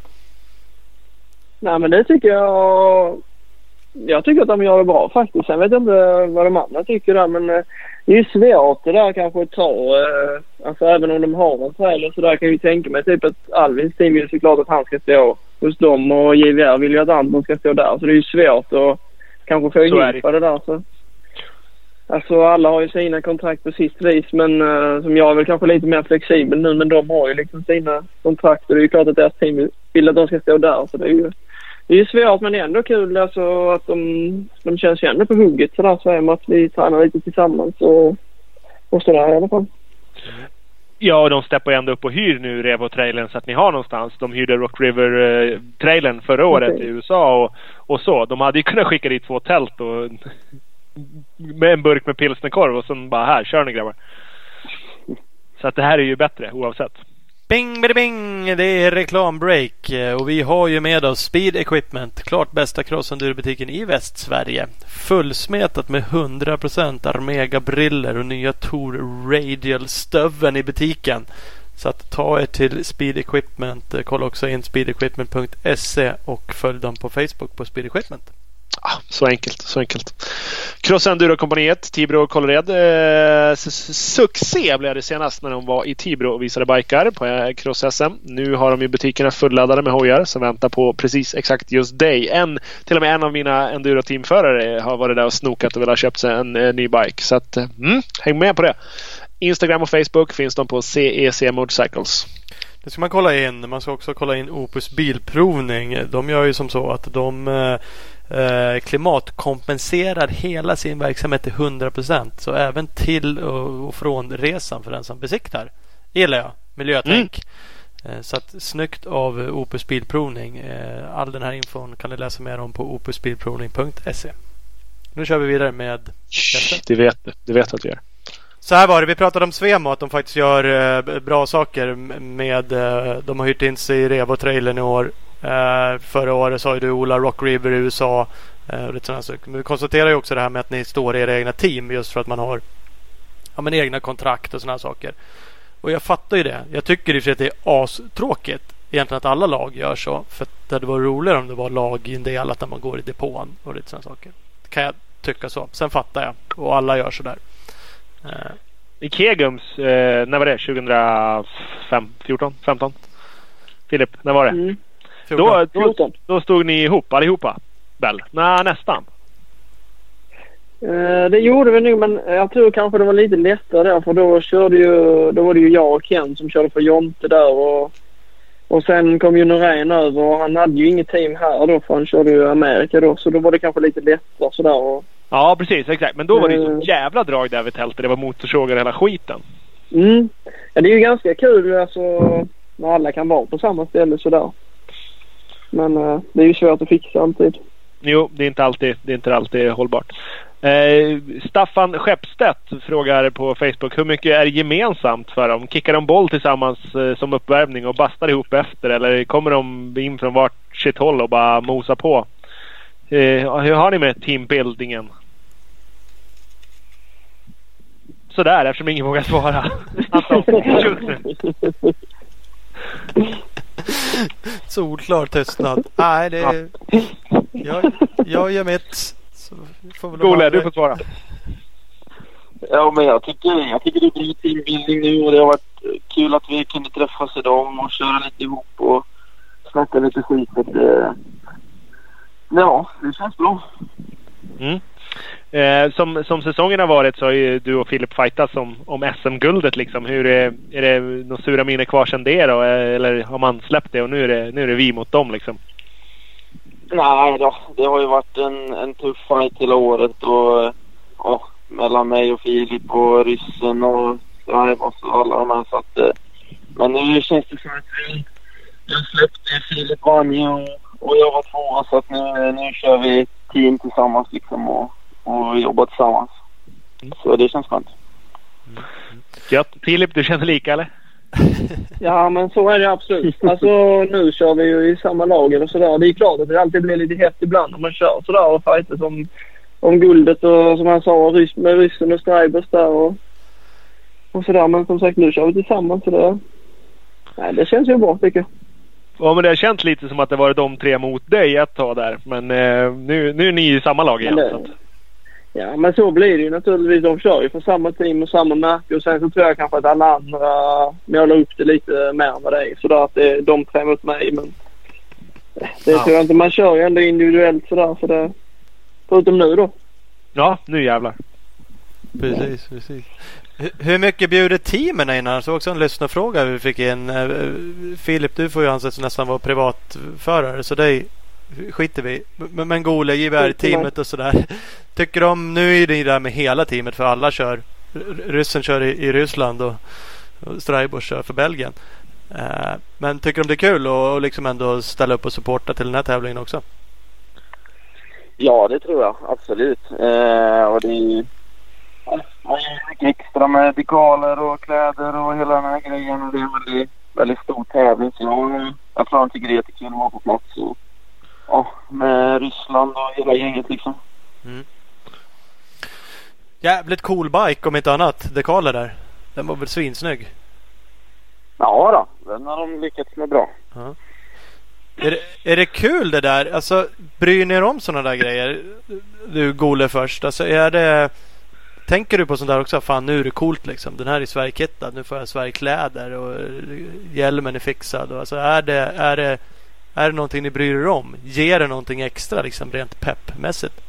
Nej, men det tycker jag tycker att de gör det bra faktiskt. Sen vet jag inte vad de andra tycker där, men det är ju svårt det där kanske att ta. Alltså även om de har en trailer så där kan jag ju tänka mig typ att Alvins team vill såklart att han ska stå hos dem, och JVR vill ju att Anton ska stå där. Så det är ju svårt att kanske få ihop det där. Så. Alltså alla har ju sina kontrakt på sitt vis, men som jag är väl kanske lite mer flexibel nu, men de har ju liksom sina kontrakt och det är ju klart att deras team vill att de ska stå där. Så det är ju svårt, men det är ändå kul alltså, att de känns ju ändå på hugget så där, så är man att vi tränar lite tillsammans och sådär i alla fall. Ja, och de steppar ju ändå upp och hyr nu Revo-trailern så att ni har någonstans. De hyrde Rock River-trailern förra året i USA och så. De hade ju kunnat skicka dit 2 tält och med en burk med pilsnerkorv och sen bara här, kör ni grabbar. Så att det här är ju bättre oavsett. Bing, bing, bing! Det är reklambreak och vi har ju med oss Speed Equipment, klart bästa cross-enduro-butiken i Västsverige. Fullsmetat med 100% Armega-briller och nya Tour Radial-stöven i butiken. Så att ta er till Speed Equipment, kolla också in speedequipment.se och följ dem på Facebook på Speed Equipment. Så enkelt. Cross Enduro-kompaniet Tibro och Kållered. Succé blev det senast när de var i Tibro och visade bikar på Cross SM. Nu har de ju butikerna fulladdade med hojar som väntar på precis exakt just dig. Till och med en av mina Enduro-teamförare har varit där och snokat och vill ha köpt sig en ny bike. Så att, häng med på det. Instagram och Facebook finns de på CEC Motorcycles. Det ska man kolla in. Man ska också kolla in Opus Bilprovning. De gör ju som så att de klimatkompenserar hela sin verksamhet till 100%. Så även till och från resan för den som besiktar. Gillar jag. Miljötänk. Så att snyggt av Opus Bilprovning. All den här infon kan ni läsa mer om på opusbilprovning.se. Nu kör vi vidare med det vet att vi gör. Så här var det, vi pratade om Svemo, att de faktiskt gör bra saker med, de har hyrt in sig i Revo-trailern i år. Förra året sa ju du Ola Rock River i USA. Och lite sådana saker. Men vi konstaterar ju också det här med att ni står i era egna team just för att man har egna kontrakt och sådana saker. Och jag fattar ju det. Jag tycker i och för sig att det är astråkigt egentligen att alla lag gör så. För att det var roligare om det var lagindelat när man går i depån och lite sådana saker. Det kan jag tycka så. Sen fattar jag. Och alla gör så där. I Kegums, när var det? 2014? 15? Filip, när var det? 14. Då stod ni ihop allihopa? Väl? Nej, nästan. Det gjorde vi nog, men jag tror kanske det var lite lättare där, för då var det ju jag och Ken som körde för Jonte där och sen kom ju Norén över och han hade ju inget team här då, för han körde ju Amerika då, så då var det kanske lite lättare sådär och... Ja, precis, exakt. Men då var det ju så jävla drag där vid tältet. Det var motorsågar hela skiten. Ja, det är ju ganska kul alltså, när alla kan vara på samma ställe sådär. Men det är ju svårt att fixa alltid. Jo, det är inte alltid hållbart. Staffan Skeppstedt frågar på Facebook: hur mycket är gemensamt för dem? Kickar de boll tillsammans som uppvärmning och bastar ihop efter? Eller kommer de in från vart sitt håll och bara mosar på? Hur har ni med teambuildingen? Sådär, eftersom ingen vågar svara. Solklar tystnad. Nej, det är... Jag gör mitt. Skole, du får svara. Ja, men jag tycker det är bra teambildning nu och det har varit kul att vi kunde träffas idag och köra lite ihop och snacka lite skit. Ja, det känns bra. Som säsongen har varit så har ju du och Filip fightats om SM-guldet liksom. Är det några sura minne kvar sedan det då? Eller har man släppt det och nu är det vi mot dem liksom? Nej då, det har ju varit en tuff fight hela året och mellan mig och Filip och ryssen och alla de här, så att, men nu känns det som att jag släppte Filip vann och jag var tvåa, så att nu kör vi team tillsammans liksom och jobbar tillsammans. Så det känns skönt. Gött. Filip, du känner lika eller? Ja, men så är det absolut. Alltså nu kör vi ju i samma lag och sådär. Det är klart att det alltid blir lite hett ibland om man kör sådär och fighter om guldet och som han sa med ryssen och Stribers där och sådär. Men som sagt, nu kör vi tillsammans så det känns ju bra tycker jag. Ja, men det har känts lite som att det var de tre mot dig ett tag där. Men nu är ni i samma lag igen. Ja, men så blir det ju naturligtvis. De kör ju för samma team och samma märke. Och sen så tror jag kanske att alla andra målar upp det lite mer än vad det är. Så att det är de tre mot mig. Men det tror jag inte. Man kör ju ändå individuellt sådär. Så det, förutom nu då. Ja, nu jävlar. Precis. Hur mycket bjuder teamen innan? Så också en lyssnarfråga vi fick in. Filip, du får ju anses nästan vara privatförare. Så dig skiter vi. Men Gole, JVR-teamet och sådär. Tycker de, nu är det där med hela teamet för alla kör. Ryssen kör i Ryssland och Stribers kör för Belgien. Men tycker de det är kul och liksom ändå ställa upp och supporta till den här tävlingen också? Ja, det tror jag. Absolut. Och det är ju mycket extra med dekaler och kläder och hela den här grejen. Och det är en väldigt, väldigt stor tävling. Så jag tror han tycker det är jättekul att vara på plats. Och, ja, med Ryssland och hela gänget liksom. Mm. Jävligt cool bike om inte annat. Dekaler där. Den var väl svinsnygg? Ja då, den har de lyckats med bra. Ja. Är det kul det där? Alltså, bryr ni er om sådana där grejer? Du, Gole först. Alltså, tänker du på sånt där också? Fan, nu är det coolt liksom. Den här är Sverigekittad. Nu får jag Sverigekläder och hjälmen är fixad. Och alltså, är det någonting ni bryr er om? Ger det någonting extra liksom, rent peppmässigt?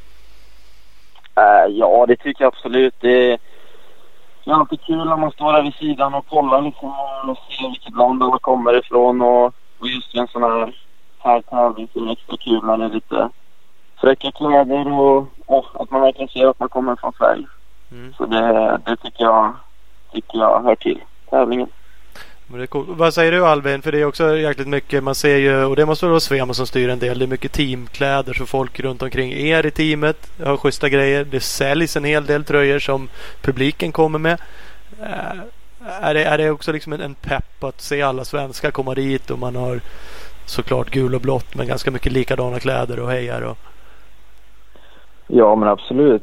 Ja, det tycker jag absolut. Det är alltid kul när man står där vid sidan och kollar liksom, och ser vilket land alla kommer ifrån. Och just en sån här tävling så är det extra kul när det är lite fräcka kläder och att man verkligen ser att man kommer från Sverige. Mm. Så det tycker jag hör till tävlingen. Men det är cool. Vad säger du, Alvin? För det är också jäkligt mycket, man ser ju, och det måste vara Svema som styr en del, det är mycket teamkläder så folk runt omkring er i teamet har schyssta grejer. Det säljs en hel del tröjor som publiken kommer med. Är det också liksom en pepp att se alla svenskar komma dit och man har såklart gul och blått men ganska mycket likadana kläder och hejar och... Ja, men absolut.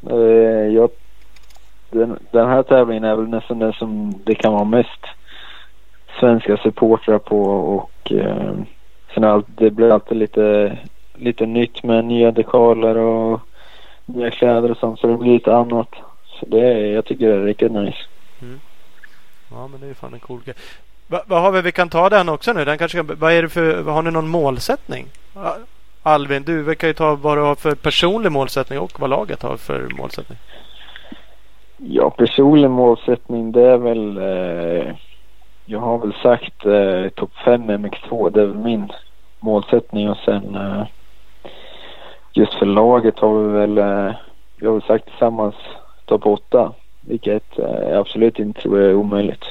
Den här tävlingen är väl nästan den som det kan vara mest svenska supportrar på och sen det blir alltid lite nytt med nya dekaler och nya kläder och sånt, så det blir lite annat. Så jag tycker det är riktigt nice. Mm. Ja, men det är ju fan en cool grej. Vad har vi kan ta den också nu? Den kanske, har ni någon målsättning? Alvin, du kan ju ta vad du har för personlig målsättning och vad laget har för målsättning. Ja, personlig målsättning, det är väl jag har väl sagt topp 5 MX2, det är väl min målsättning, och sen just för laget har vi har väl sagt tillsammans topp 8, vilket jag absolut inte tror är omöjligt.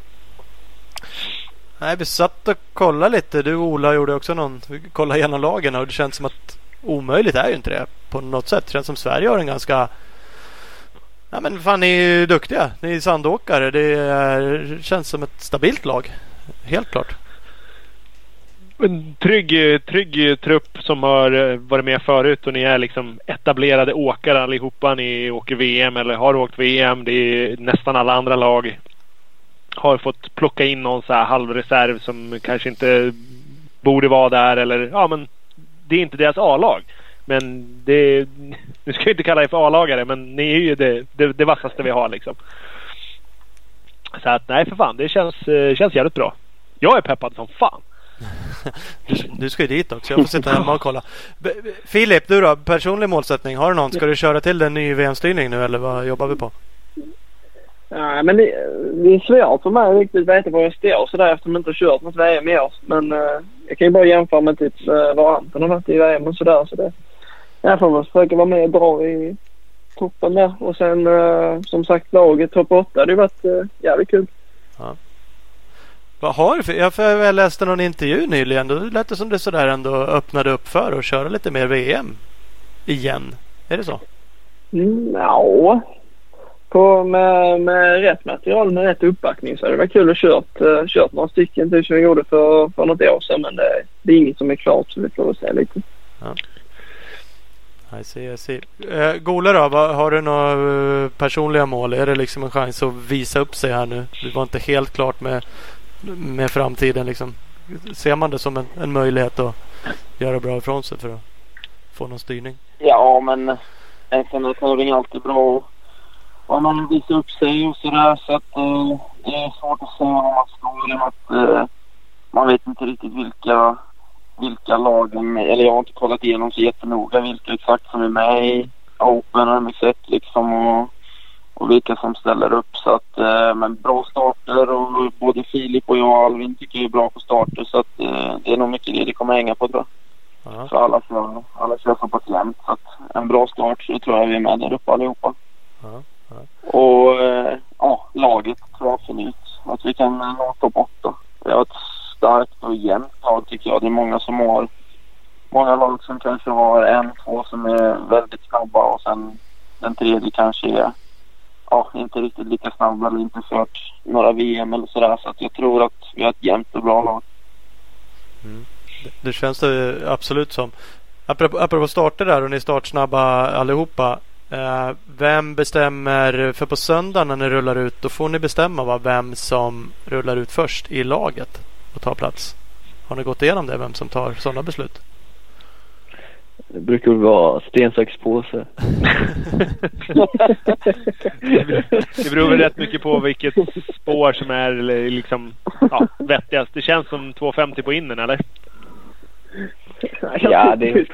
Nej, vi satt och kollade lite. Du, Ola, gjorde också kolla igenom lagen och det känns som att omöjligt är ju inte det på något sätt. Det känns som Sverige har en ganska... Ja, men fan, ni är ju duktiga. Ni är sandåkare. Det känns som ett stabilt lag. Helt klart. En trygg trupp som har varit med förut, och ni är liksom etablerade åkare allihopa. Ni åker VM eller har åkt VM. Det är nästan alla andra lag har fått plocka in någon så här halvreserv som kanske inte borde vara där, eller ja, men det är inte deras A-lag. Men nu ska jag inte kalla er för A-lagare, men ni är ju det vassaste vi har liksom. Så att nej, för fan, det känns jävligt bra. Jag är peppad som fan. Du ska ju dit också. Jag får sitta hemma och kolla. Filip, du då? Personlig målsättning. Har du någon? Ska du köra till en ny VM-styrning nu, eller vad jobbar vi på? Nej, men det är svårt för mig att riktigt veta var jag står så där, eftersom jag inte har kört något VM i år. Men jag kan ju bara jämföra med typ var Anton har varit i VM och sådär. Så det, jag får väl försöka vara med och dra i toppen där. Och sen som sagt, laget topp 8, det har varit jävligt kul. Ja. Vad har du för... Jag läste någon intervju nyligen. Då lät det som det sådär ändå öppnade upp för att köra lite mer VM igen. Är det så? Ja. Med rätt material, med rätt uppbackning, så det var kul att kört några stycken till som vi gjorde för något år sedan, men det är inget som är klart, så vi får se lite. Ja. I see. Gole då, har du några personliga mål? Är det liksom en chans att visa upp sig här nu? Det var inte helt klart med framtiden liksom. Ser man det som en möjlighet att göra bra ifrån sig för att få någon styrning? Ja, men en sån här tävling är alltid bra om man visar upp sig och sådär, så att det är svårt att säga om man står, eller att man vet inte riktigt vilka lagen, eller jag har inte kollat igenom så jättenoga vilka exakt som är med i Open och MX1 liksom, och vilka som ställer upp, så att men bra starter, och både Filip och jag och Alvin tycker jag är bra på starter, så att det är nog mycket det kommer hänga på, tror jag. Uh-huh. Så alla kör så pass jämnt, så att en bra start, så tror jag vi är med där uppe allihopa. Uh-huh. Och laget tror jag absolut att vi kan nå topp 8. Vi har ett starkt och jämnt lag, tycker jag. Det är många som har många lag som kanske har 1-2 som är väldigt snabba och sen den tredje kanske är inte riktigt lika snabb eller inte kört några VM eller sådär. Så att jag tror att vi har ett jämnt och bra lag. Det känns det absolut som. Apropå starter där och ni är startsnabba allihopa. Vem bestämmer, för på söndag när ni rullar ut, då får ni bestämma vem som rullar ut först i laget och tar plats. Har ni gått igenom det, vem som tar sådana beslut? Det brukar vara sten, sax, påse. Det beror väl rätt mycket på vilket spår som är liksom vettigast. Det känns som 2,50 på innen, eller? Ja, det är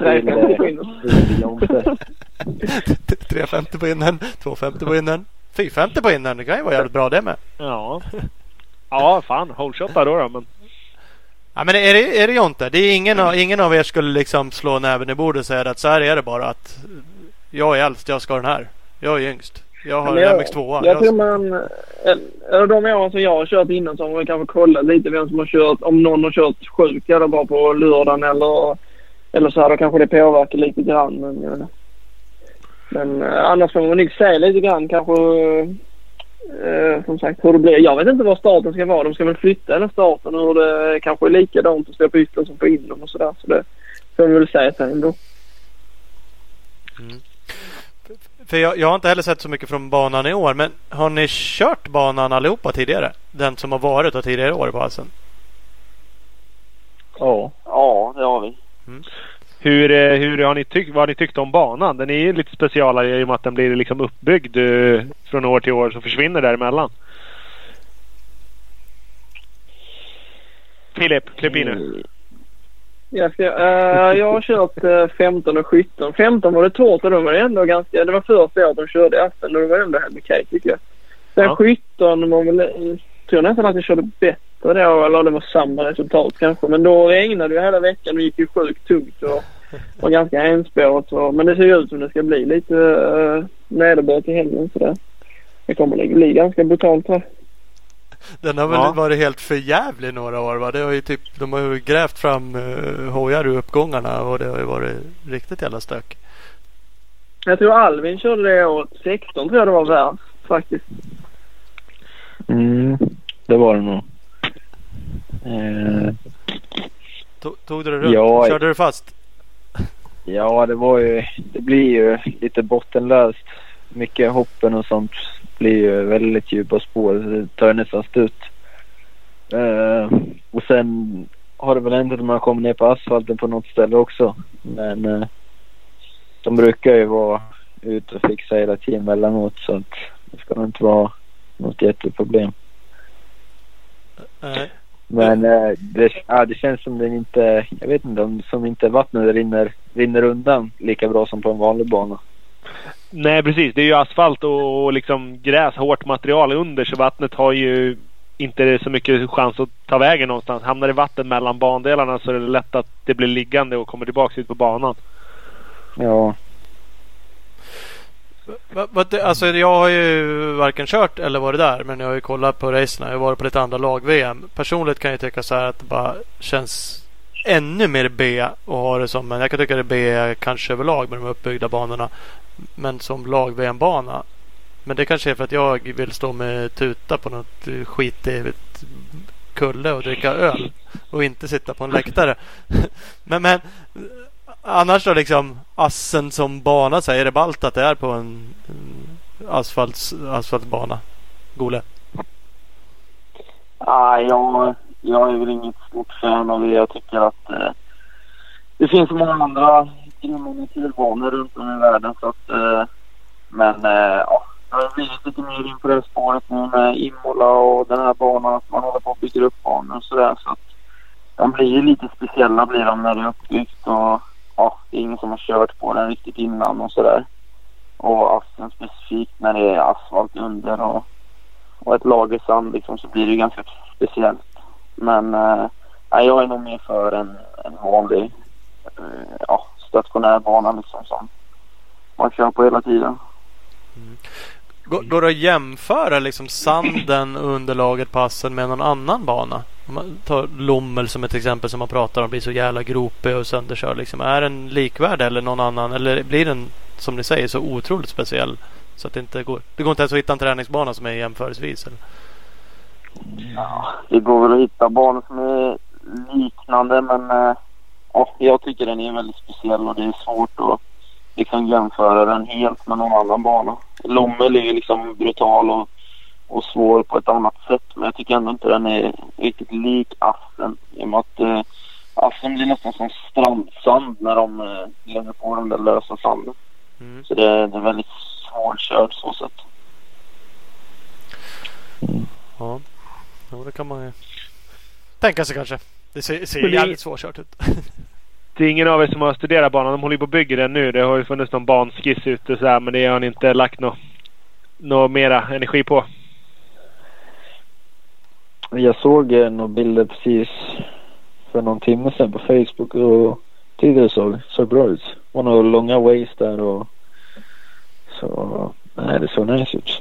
3,50 på innen, 2,50 på innen, 4,50 på innen. Det kan ju vara jävligt bra det med. Ja, fan, holeshotta då men. Ja, men är det ju inte. Det är ingen av er skulle liksom slå näven i bordet och säga att så här är det bara, att jag är äldst, jag ska den här. Jag är yngst. Jag har en MX2. Jag tror eller de åren som jag har kört innan, så har man kanske kollat lite vem som har kört, om någon har kört sjukt eller bara på lördagen eller så här, då kanske det påverkar lite grann. Men annars får man nog säga lite grann kanske som sagt hur det blir. Jag vet inte vad starten ska vara. De ska väl flytta den starten, och det kanske är likadant att stå på yttern som på inom och sådär. Så det får vi väl säga sen ändå. För jag har inte heller sett så mycket från banan i år, men har ni kört banan allihopa tidigare? Den som har varit och tidigare år på Assen? Ja, det har vi. Hur har ni vad har ni tyckt om banan? Den är ju lite specialare i och med att den blir liksom uppbyggd från år till år, så försvinner däremellan. Filip, klipp in nu. Jag har kört 15 och 17. 15 var det torrt, och då var det ändå ganska... Det var första året de körde i Assen, och det var ändå helt okej, tycker jag. Sen 17 var väl... tror nästan att jag körde bättre då, eller det var samma resultat kanske. Men då regnade det hela veckan och gick ju sjukt tungt och var ganska enspåret. Men det ser ju ut som det ska bli lite nederbörd till helgen, så det kommer bli ganska brutalt här. Den har väl varit helt förjävlig några år, va? Det har ju de har ju grävt fram hojar ur uppgångarna, och det har ju varit riktigt jävla stök. Jag tror Alvin körde det året 16, tror jag det var värst faktiskt. Det var det nog. Tog du det runt? Körde du fast? Ja, det blir ju lite bottenlöst. Mycket hoppen och sånt blir ju väldigt djupa spår. Det tar nästan ut. Och sen har det väl ändå när man kommer ner på asfalten på något ställe också. Men de brukar ju vara ute och fixa hela tiden mellanåt, så att det ska inte vara något jätteproblem. Men det känns som den inte, jag vet inte, som inte vattnet rinner undan lika bra som på en vanlig bana. Nej, precis. Det är ju asfalt och liksom gräs, hårt material under, så vattnet har ju inte så mycket chans att ta vägen någonstans. Hamnar det vatten mellan bandelarna, så är det lätt att det blir liggande och kommer tillbaka ut på banan. Ja. Alltså jag har ju varken kört eller varit där, men jag har ju kollat på racerna. Jag har varit på lite andra lag-VM. Personligt kan jag tycka så här att det bara känns ännu mer B och ha det som, men jag kan tycka det är B kanske överlag med de uppbyggda banorna, men som lag-VM-bana. Men det kanske är för att jag vill stå med tuta på något skitigt kulle och dricka öl och inte sitta på en läktare. men annars då, liksom Assen som bana, säger det ballt att det är på en asfaltbana? Gole? Jag är väl inget stort fan av det. Jag tycker att det finns många andra grymma naturbanor runt om i världen, så att jag har blivit lite mer in på det spåret nu med Imola och den här banan, att man håller på att bygga upp banor och sådär, så att de blir ju lite speciella blir de när det är uppbyggt, och det är ingen som har kört på den riktigt innan och sådär. Och Assen specifikt när det är asfalt under och ett lager sand liksom, så blir det ju ganska speciellt. Men jag är nog mer för en vanlig stationär bana liksom, som man kör på hela tiden. Går det att jämföra liksom sanden och underlaget på Assen med någon annan bana? Om man tar Lommel som ett exempel som man pratar om, blir så jävla gropig och sönderkörd liksom. Är den likvärd eller någon annan, eller blir den, som ni säger, så otroligt speciell så att det går inte ens att hitta en träningsbana som är jämförelsevis eller? Ja, det går väl att hitta banor som är liknande, men jag tycker den är väldigt speciell och det är svårt att liksom jämföra den helt med någon annan bana. Lommel är liksom brutal och svår på ett annat sätt, men jag tycker ändå inte den är riktigt lik Assen, i och med att Assen blir nästan som strandsand när de lägger på den där lösa sanden. Så det är väldigt svårkört så sätt. Ja, det kan man ju tänka sig kanske. Det ser jävligt svårkört ut. Det är ingen av er som har studerat banan. De håller ju på att bygga den nu. Det har ju funnits någon banskiss ute så här, men det har ni inte lagt något mera energi på. Jag såg några bilder precis för någon timme sedan på Facebook och tidigare såg bra ut. Det var några långa ways där och så det såg nice ut.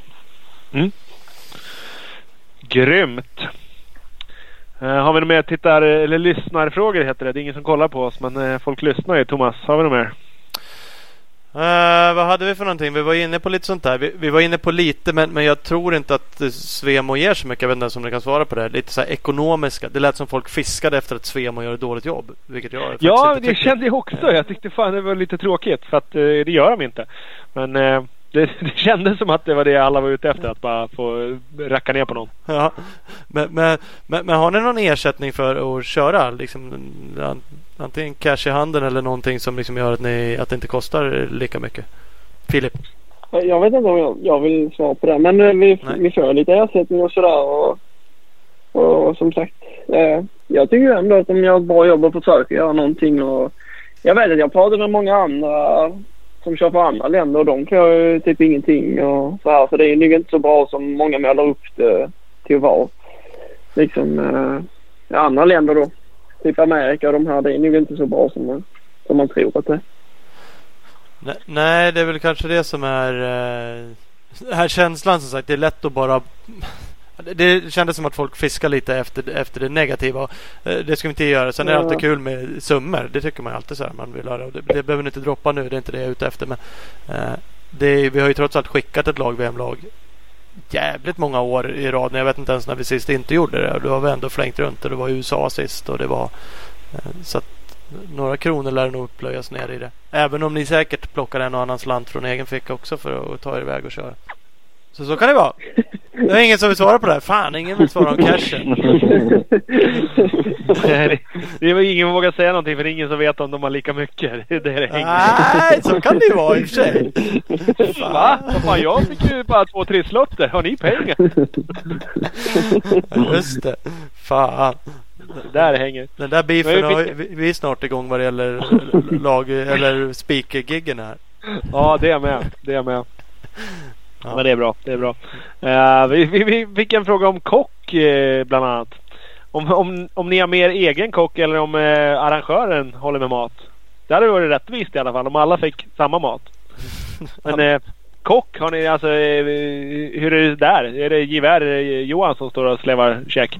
Grymt. Har vi några mer eller lyssnarfrågor heter det. Det är ingen som kollar på oss, men folk lyssnar ju. Thomas, har vi några mer? Vad hade vi för någonting? Vi var inne på lite sånt där. Vi var inne på lite, men jag tror inte att Svemo ger så mycket. Jag vet inte om ni kan svara på det. Lite så här ekonomiska. Det lät som folk fiskade efter att Svemo gör ett dåligt jobb. Vilket jag det kände jag också. Jag tyckte fan det var lite tråkigt. För att det gör de inte. Men det kändes som att det var det alla var ute efter. Att bara få racka ner på någon. Ja, men har ni någon ersättning för att köra? Liksom, antingen cash i handen eller någonting som liksom gör att det inte kostar lika mycket. Filip? Jag vet inte om jag vill svara på det. Men vi får lite ersättning och sådär. Och som sagt, jag tycker ändå att om jag har ett bra jobb och försöker göra någonting. Och jag vet att jag pratar med många andra som kör för andra länder och de får ju typ ingenting och så här. Så det är ju inte så bra som många målar upp det till att vara. Liksom andra länder då. Typ Amerika och de här, det är nog inte så bra som man tror att det är. Nej, det är väl kanske det som är här känslan som sagt. Det är lätt att bara... Det kändes som att folk fiskar lite efter det negativa. Det ska vi inte göra. Sen är det alltid kul med summor. Det tycker man alltid så här. Man vill höra. Det behöver ni inte droppa nu. Det är inte det jag är ute efter. Men vi har ju trots allt skickat ett VM-lag jävligt många år i rad. Jag vet inte ens när vi sist inte gjorde det. Då har vi ändå flängt runt. Och det var USA sist. Och det var så att några kronor lär nog upplöjas ner i det. Även om ni säkert plockar en och annan slant från egen ficka också för att ta er iväg och köra. Så kan det vara. Det är ingen som vill svara på det här. Fan, ingen vill svara om cashen. Det är ingen som vågar säga någonting för det är ingen som vet om de har lika mycket. Det är det hänger. Nej, så kan det ju vara i och för sig. Va? Fan, jag fick ju bara 2 trisslotter. Har ni pengar? Just det. Fan. Där hänger. Den där beefen har vi snart igång vad det gäller lag eller speaker-giggen här. Ja, det är med. Ja. Men det är bra. Vi fick en fråga om kock bland annat. Om ni har mer egen kock eller om arrangören håller med mat. Det hade varit rättvist i alla fall om alla fick samma mat. Men kock, har ni alltså hur är det där? Är det Givär Johan som står och slevar käk?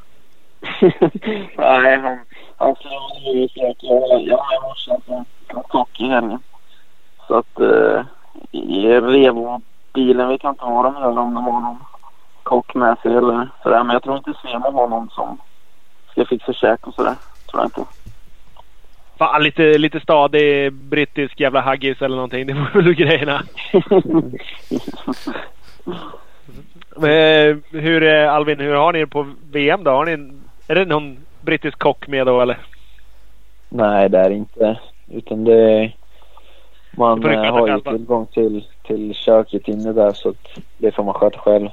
Nej, han slevar käk. Jag har morsan som kock i helgen. Så att bilen vet jag inte vad de gör, om de har någon kock med sig eller sådär. Men jag tror inte Svemo har någon som ska fixa käk och sådär. Tror jag inte. Fan, lite stadig brittisk jävla haggis eller någonting. Det var väl grejerna. Alvin, hur har ni på VM då? Är det någon brittisk kock med då eller? Nej, det är inte. Utan det man har ju tillgång till köket inne där så att det får man sköta själv.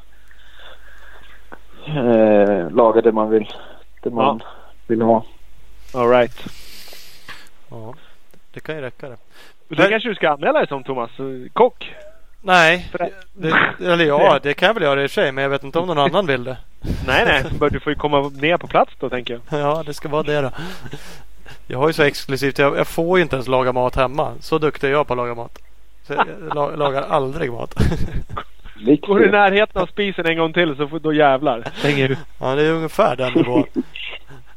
Laga det man vill. Det man vill ha. All right. Ja, det kan ju räcka det. Det kanske du ska anmäla dig som Thomas kock? Nej, det kan jag väl göra i och för sig, men jag vet inte om någon annan vill det. Nej, du får ju komma ner på plats då, tänker jag. Ja, det ska vara det då. Jag har ju så exklusivt, jag får ju inte ens laga mat hemma. Så duktig är jag på att laga mat. Så jag lagar aldrig mat. Går du i närheten av spisen en gång till så då jävlar stänger du. Ja, det är ungefär den nivån.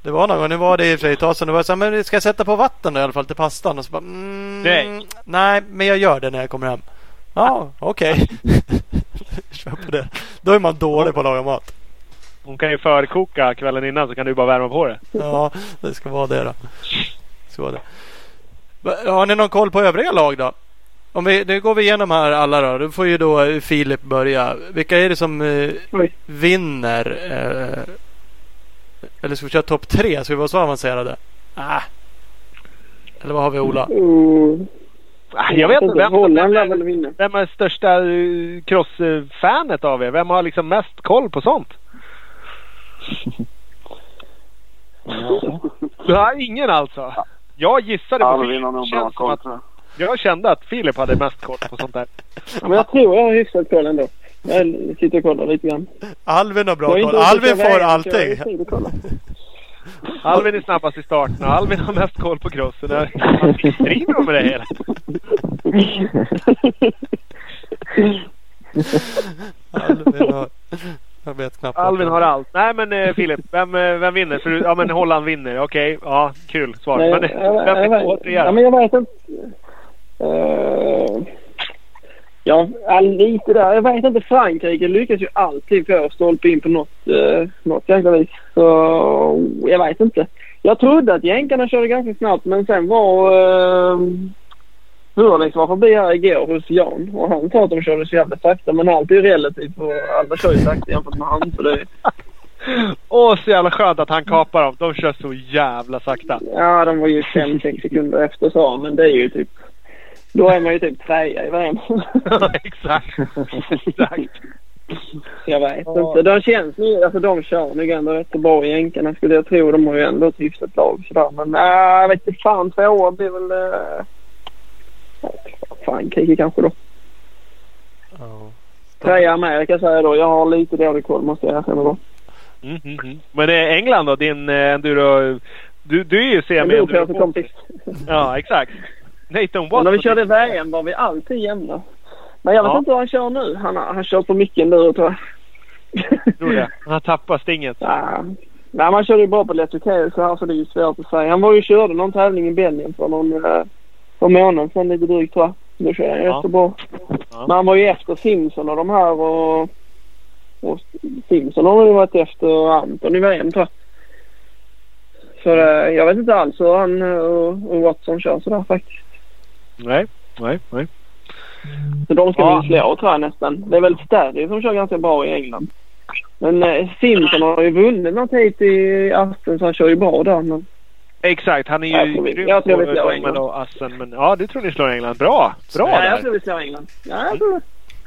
Det var någon gång, nu var det i och för sig ett tag sedan. Det var så här, men ska jag sätta på vatten då, i alla fall till pastan? Och så bara, nej, men jag gör det när jag kommer hem. Ja, okej. Kör på det. Då är man dålig på att laga mat. Hon kan ju förkoka kvällen innan, så kan du bara värma på det. Ja, det ska vara det då. Så det. Har ni någon koll på övriga lag då? Nu går vi igenom här alla då. Då får ju då Filip börja. Vilka är det som vinner? Eller ska vi köra topp 3? Ska vi vara så avancerade? Eller vad har vi, Ola? Jag vet inte. Vem är största crossfanet av er? Vem har liksom mest koll på sånt? Du har ingen alltså? Jag gissade på Filip. Jag kände att Filip hade mest koll på sånt där. Men jag tror jag har hyfsat koll ändå. Jag sitter och kollar lite grann. Alvin har bra koll. Alvin får allting. Alvin är snabbast i starten och Alvin har mest koll på crossen. Han driver med det hela. Alvin har... Jag vet knappt. Alvin har allt. Nej, men Filip, vem vinner? Ja, men Holland vinner. Okej, ja, kul svar. Nej, men vem är 2-3? Ja, men jag vet inte. Lite där. Jag vet inte. Frankrike lyckas ju alltid få stolpe in på något jäkla vis. Så jag vet inte. Jag trodde att jänkarna körde ganska snabbt, men sen var Hurlings var förbi här igår hos Jan och han sa att de körde så jävla sakta, men allt är ju relativt och alla kör ju sakta jämfört med han, så det... så jävla skönt att han kapar dem. De kör så jävla sakta. Ja, de var ju 5-6 sekunder efter, så, men det är ju typ... Då är man ju typ 3 i VM. Exakt. Jag vet inte. De känns nu, alltså de kör nog ändå rätt så bra i jänkarna, skulle jag tro. De har ju ändå ett hyfsat lag sådär. Men jag vet inte, fan 2 år blir väl... Frankrike kanske då. Tre Amerika säger då. Jag har lite dålig koll, måste jag erkänna då. Men det är England då, din enduro... Du är ju semi-enduro. Ja, exakt. Nathan Watt. När vi körde VM var vi alltid jämna. Men jag vet inte vad han kör nu. Han kör på mycket enduro, tror jag. Tror det. Han tappar stinget. Ja. Nej, man körde ju bra på Let's OK så här, så det är ju svårt att säga. Han var ju körde någon tävling i Belgien för någon månad sedan, lite drygt, tror jag. Då körde han rätt så bra. Ja. Men han var ju efter Simpson och de här och Simpson har ju varit efter Anton i VM, tror jag. Så jag vet inte alls hur han och Watson kör sådär faktiskt. Nej. Så de ska vi slå, tror jag nästan. Det är väl Staddy som kör ganska bra i England. Men Simpson har ju vunnit något hit i Aston, så han kör ju bra där. Men... Exakt, han är ju grym på England och Aston. Men ja, du tror ni slår England. Bra ja, jag tror vi slår England. Ja, jag tror det.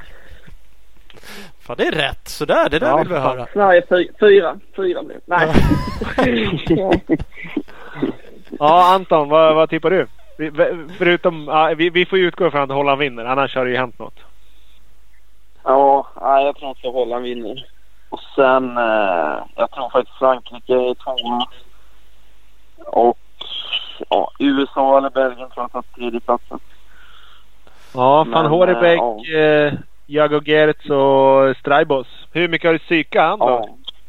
Fan, det är rätt. Sådär, det där vill vi höra. Sverige 4 blir. Nej. Ja, Anton, vad tippar du? Förutom, vi får ju utgå från att Holland vinner. Annars har det ju hänt något. Ja, jag tror att Holland vinner. Och sen, jag tror faktiskt Frankrike är 2. Och USA eller Belgien tror jag att 3:e platsen. Ja, Van Horebeck, Jago Gertz och Straibos. Hur mycket har du psykat han då?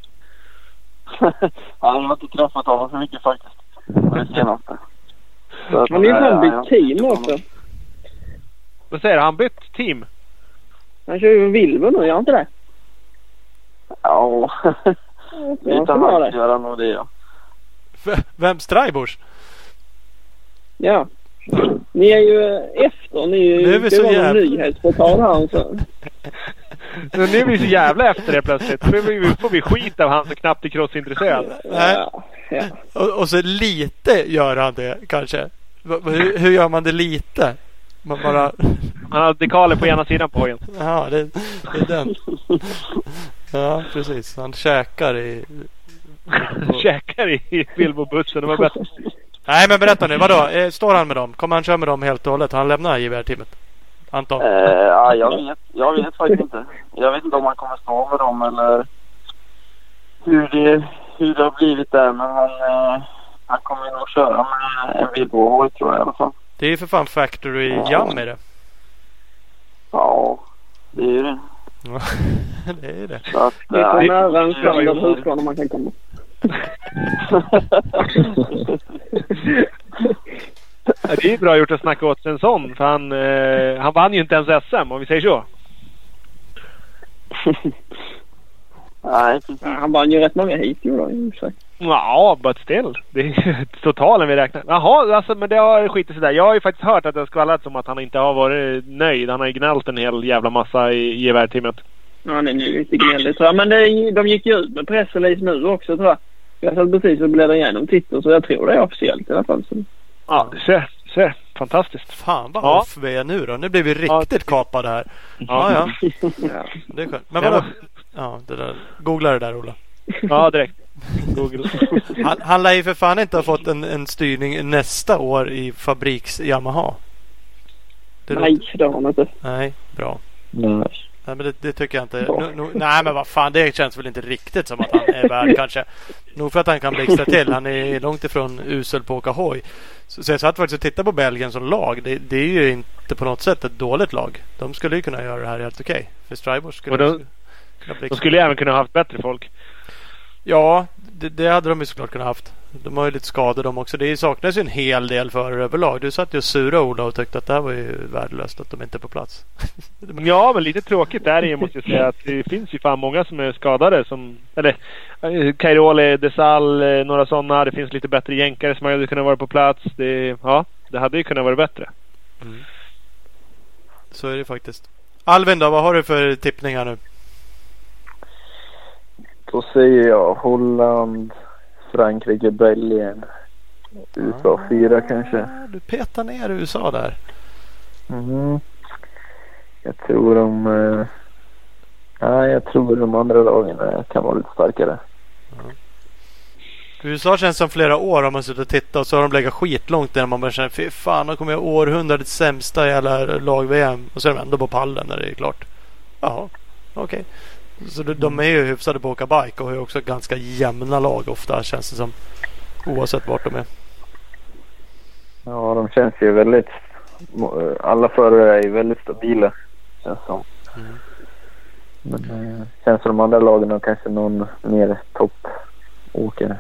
Jag har inte träffat honom så mycket faktiskt. Det senaste. Men det är han bytt team också. Vad säger du? Han bytt team? Han kör ju Vilvo nu, gör han inte det? Ja. Utan att göra nog det, ja. Vem Straibors? Ja. Ni är ju efter. Ni är ju så jävla nyhetsportal här. Så. Nu är vi så jävla efter det plötsligt. Nu får vi skit av han så knappt är crossintresserad. Ja. Och så lite gör han det kanske. Hur gör man det lite? Man har dekaler på ena sidan på hojen. Ja, det är den. Ja, precis. Han käkar i Bilbo-bussen. Det var bättre. Nej, men berätta nu. Vadå? Står han med dem? Kommer han köra med dem helt och hållet? Han lämnar JVR-teamet. Anton? Ja, jag vet faktiskt inte. Jag vet inte om han kommer stå med dem eller hur det har blivit där. Men han kommer nog köra med en Bilbo, tror jag i alla fall. Det är ju för fan Factory Jam i det. Ja, det är ju det. Det är det. Så att, det är nära en standard Husqvarna man kan komma. Det är bra gjort att snacka åt en sån. För han vann ju inte ens SM, om vi säger så. Nej, han vann ju rätt många hit ju då. Ja, but still. Det är totalen vi räknar. Jaha, alltså, men det har skitit sig där. Jag har ju faktiskt hört att det har skvallrat som att han inte har varit nöjd. Han har ju gnällt en hel jävla massa i gevärteamet. Ja, han är nu lite gnällig, tror jag. Men de gick ju ut med pressrelease nu också, tror jag. Jag satt precis och bläddrade igenom titeln, så jag tror det är officiellt i alla fall. Så. Ja, du ser. Fantastiskt. Fan, vad off vi är nu då. Nu blir vi riktigt kapade här. Ja. Det är skönt. Men vadå? Ja, det där. Googla det där, Ola. Ja, direkt. Google. Han lär ju för fan inte ha fått en styrning nästa år i fabriks Yamaha. Nej, det har han inte. Nej, bra. Nej. Nej, men det tycker jag inte. Nej, men vad fan, det känns väl inte riktigt som att han är värd kanske. Nog för att han kan blixtra till. Han är långt ifrån usel på åka hoj. Så jag satt faktiskt och tittade på Belgien som lag. Det är ju inte på något sätt ett dåligt lag. De skulle ju kunna göra det här helt okej. För Stribors skulle kunna blixtra. De skulle även kunna ha haft bättre folk. Ja, det hade de ju såklart kunnat haft. De har ju lite skador de också. Det saknas ju en hel del förare överlag. Du satt ju och sura, Ola, och tyckte att det här var ju värdelöst att de inte är på plats. Ja, men lite tråkigt där är, måste jag säga, att det finns ju fan många som är skadade. Eller Cairoli, Desal, några sådana. Det finns lite bättre jänkare som hade kunnat vara på plats. Det hade ju kunnat vara bättre. Mm. Så är det faktiskt. Alvin då, vad har du för tippningar nu? Då säger jag Holland, Frankrike, Belgien. USA 4 kanske. Du petar ner USA där. Jag tror de andra lagen kan vara lite starkare. USA känns som flera år har man suttit och tittat och så har de legat skitlångt där man bara känner, fy fan, de kommer jag århundradets sämsta jävla lag-VM och så är de ändå på pallen när det är klart. Jaha, okej. Så de är ju hyfsade på att åka bike och har ju också ganska jämna lag ofta, känns det som, oavsett vart de är. Ja, de känns ju väldigt, alla förare är ju väldigt stabila, känns som. Men känns som de andra lagen och kanske någon mer toppåkare.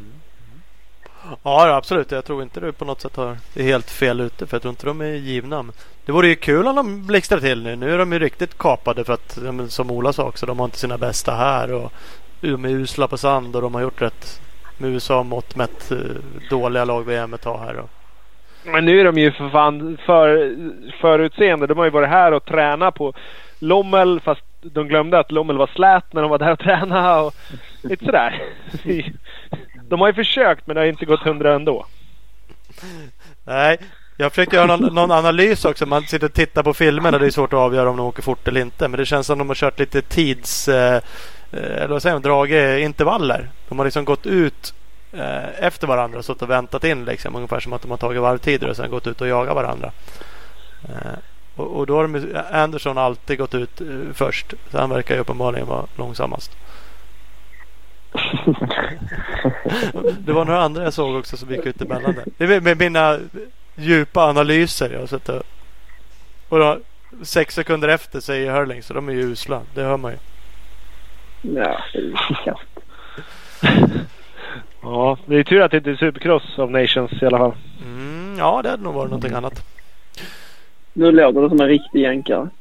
Ja, absolut. Jag tror inte du på något sätt är helt fel ute, för jag tror inte de är givna. Men det vore ju kul om de blixtrar till nu. Nu är de ju riktigt kapade för att, som Ola sa också, de har inte sina bästa här och de är usla på sand och de har gjort rätt med USA mått mätt dåliga lag VM ett tag här då. Men nu är de ju för fan förutseende. De har ju varit här och tränat på Lommel, fast de glömde att Lommel var slät när de var där och tränade och lite sådär. De har ju försökt, men det har inte gått 100 ändå. Nej, jag försökte göra någon analys också. Man sitter och tittar på filmerna. Det är svårt att avgöra om de åker fort eller inte. Men det känns som de har kört lite eller vad säger man, dragit intervaller. De har liksom gått ut efter varandra och stått och väntat in liksom, ungefär som att de har tagit varvtider och sen gått ut och jagat varandra. Och då har Anderson alltid gått ut först. Så han verkar ju uppenbarligen vara långsammast. Det var några andra jag såg också som gick ut emellan där. Det är med mina djupa analyser jag har sett. Och då 6 sekunder efter säger Hurling, så de är ju usla. Det hör man ju. Ja, det är kast. Ja, det är tur att det inte är Supercross of Nations i alla fall. Ja, det hade nog varit någonting annat. Nu låter det som en riktig jänkare.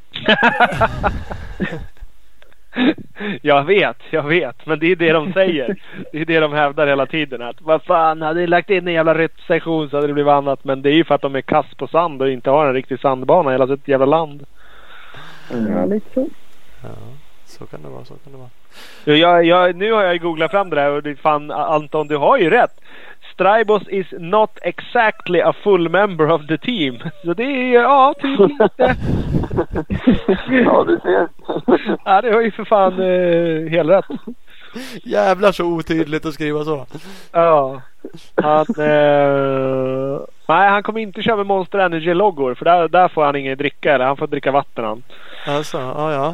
Jag vet, men det är det de säger. Det är det de hävdar hela tiden, att vad fan, hade de lagt in en jävla rätt sektion så hade det blivit annat. Men det är ju för att de är kass på sand och inte har en riktig sandbana i hela sitt jävla land. Ja, lite så. Ja, så kan det vara. Nu har jag googlat fram det där och det fan, Anton, du har ju rätt. Stribos is not exactly a full member of the team. Så det är, typ inte. Ja, du ser. Ja, det var ju för fan helt rätt. Jävlar så otydligt att skriva så. Ja. Han kommer inte köra med Monster Energy-loggor, för där får han ingen dricka, eller han får dricka vatten han. Alltså, ja.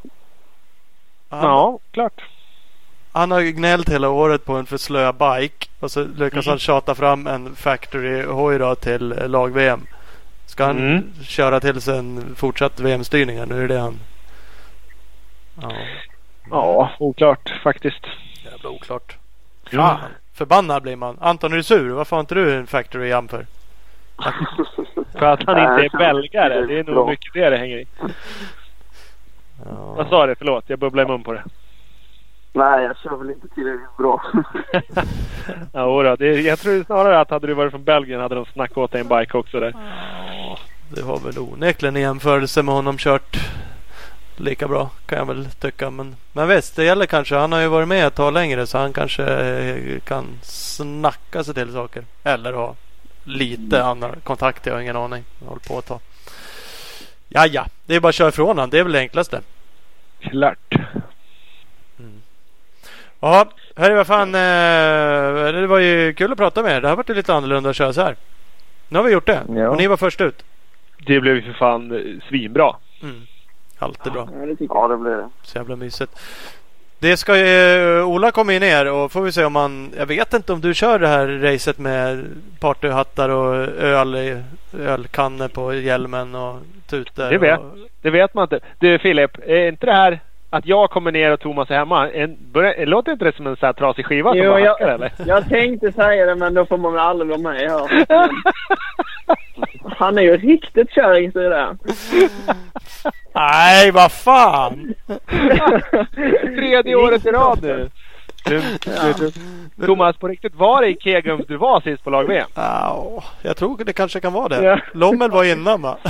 Ja, klart. Han har gnällt hela året på en för slöa bike och så lyckas han tjata fram en factory-hoj då till lag-VM. Ska han köra till sen fortsatt VM-styrningar? Nu är det han. Ja, oklart faktiskt. Jävla oklart. Ja. förbannad blir man. Anton, är du sur? Varför har inte du en factory jam för? För att han inte är belgare. Det är nog mycket det hänger i. Ja. Vad sa det? Förlåt, jag bubblar i mun på det. Nej, jag kör väl inte tillräckligt bra. Ja, jag tror snarare att hade du varit från Belgien hade de snackat åt en bike också där. Ja, det har väl onekligen i jämförelse med honom kört lika bra, kan jag väl tycka. Men visst, det gäller kanske. Han har ju varit med ett tag längre, så han kanske kan snacka sig till saker. Eller ha lite annan kontakt. Jag har ingen aning. Jag håller på att ta. Ja, det är bara att köra ifrån han. Det är väl det enklaste. Klart. Ja, hörru, vad fan. Det var ju kul att prata med er. Det har varit lite annorlunda att köra så här. Nu har vi gjort det. Ja. Och ni var först ut. Det blev ju för fan svinbra. Alltid bra. Ja, det blev det. Så jävla mysigt. Det ska ju Ola komma in ner och får vi se om han... Jag vet inte om du kör det här racet med partyhattar och ölkannor på hjälmen och tutor. Det vet man inte. Du Filip, är inte det här att jag kommer ner och Thomas är hemma? Låter inte det som en sån här trasig skiva? Jo, som bara hackar, eller? Jag tänkte säga det, men då får man väl aldrig vara med här. Han är ju riktigt kärring, så är det. Nej, vad fan! 3:e året i rad nu. Thomas, på riktigt, var det i Kegums du var sist på lag VM? Jag tror det kanske kan vara det. Ja. Lommel var innan, va?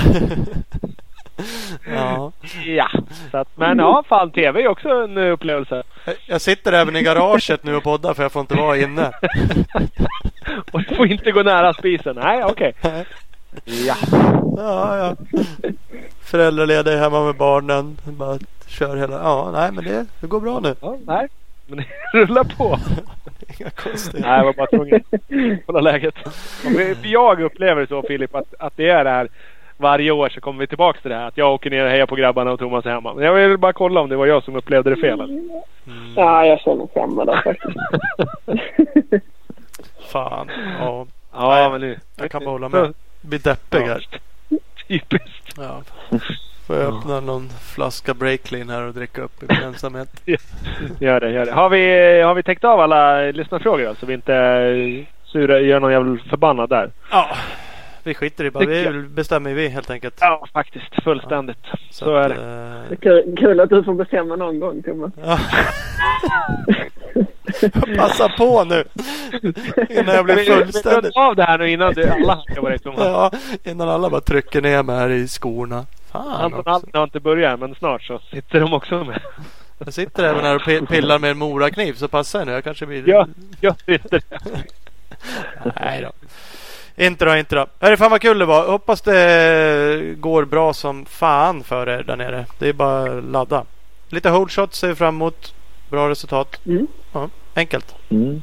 Ja, så att, men ja, fan, tv är också en upplevelse. Jag sitter även i garaget nu och poddar, för jag får inte vara inne. Och du får inte gå nära spisen. Nej, okej. Ja. Föräldraledig hemma med barnen. Bara kör hela... Ja, nej, men det går bra nu. Ja, nej, men det rullar på. Inga konstigt. Nej, jag var bara tvungen att hålla läget. Jag upplever så, Filip, att det är det här. Varje år så kommer vi tillbaka till det här. Att jag åker ner och hejar på grabbarna och Thomas är hemma. Men jag vill bara kolla om det var jag som upplevde det fel. Ja, jag känner samma där faktiskt. Fan. Ja, nej, men nu. Jag kan bara hålla med. Blir deppig här. Typiskt. Ja. Får jag öppna någon flaska Breaklin här och dricka upp i ensamhet. Gör det. Har vi täckt av alla lyssnarfrågor då, så vi inte gör någon jävla förbannad där? Ja. Vi skiter i bara. Vi bestämmer vi helt enkelt. Ja, faktiskt. Fullständigt. Ja, så är det. Det är kul att du får bestämma någon gång, Thomas. Ja. Passa på nu. Innan jag blir fullständigt. av det här nu innan alla ska vara Thomas. Ja, innan alla bara trycker ner mig här i skorna. Fan också. Allt har inte börjat, men snart så sitter de också med. Jag sitter även här och pillar med en morakniv, så passa nu. Jag kanske blir... Ja, jag sitter det. Nej då. Inte då. Hörru, fan vad kul det var. Hoppas det går bra som fan för er där nere. Det är bara ladda. Lite hold shots ser vi fram emot. Bra resultat. Ja, enkelt.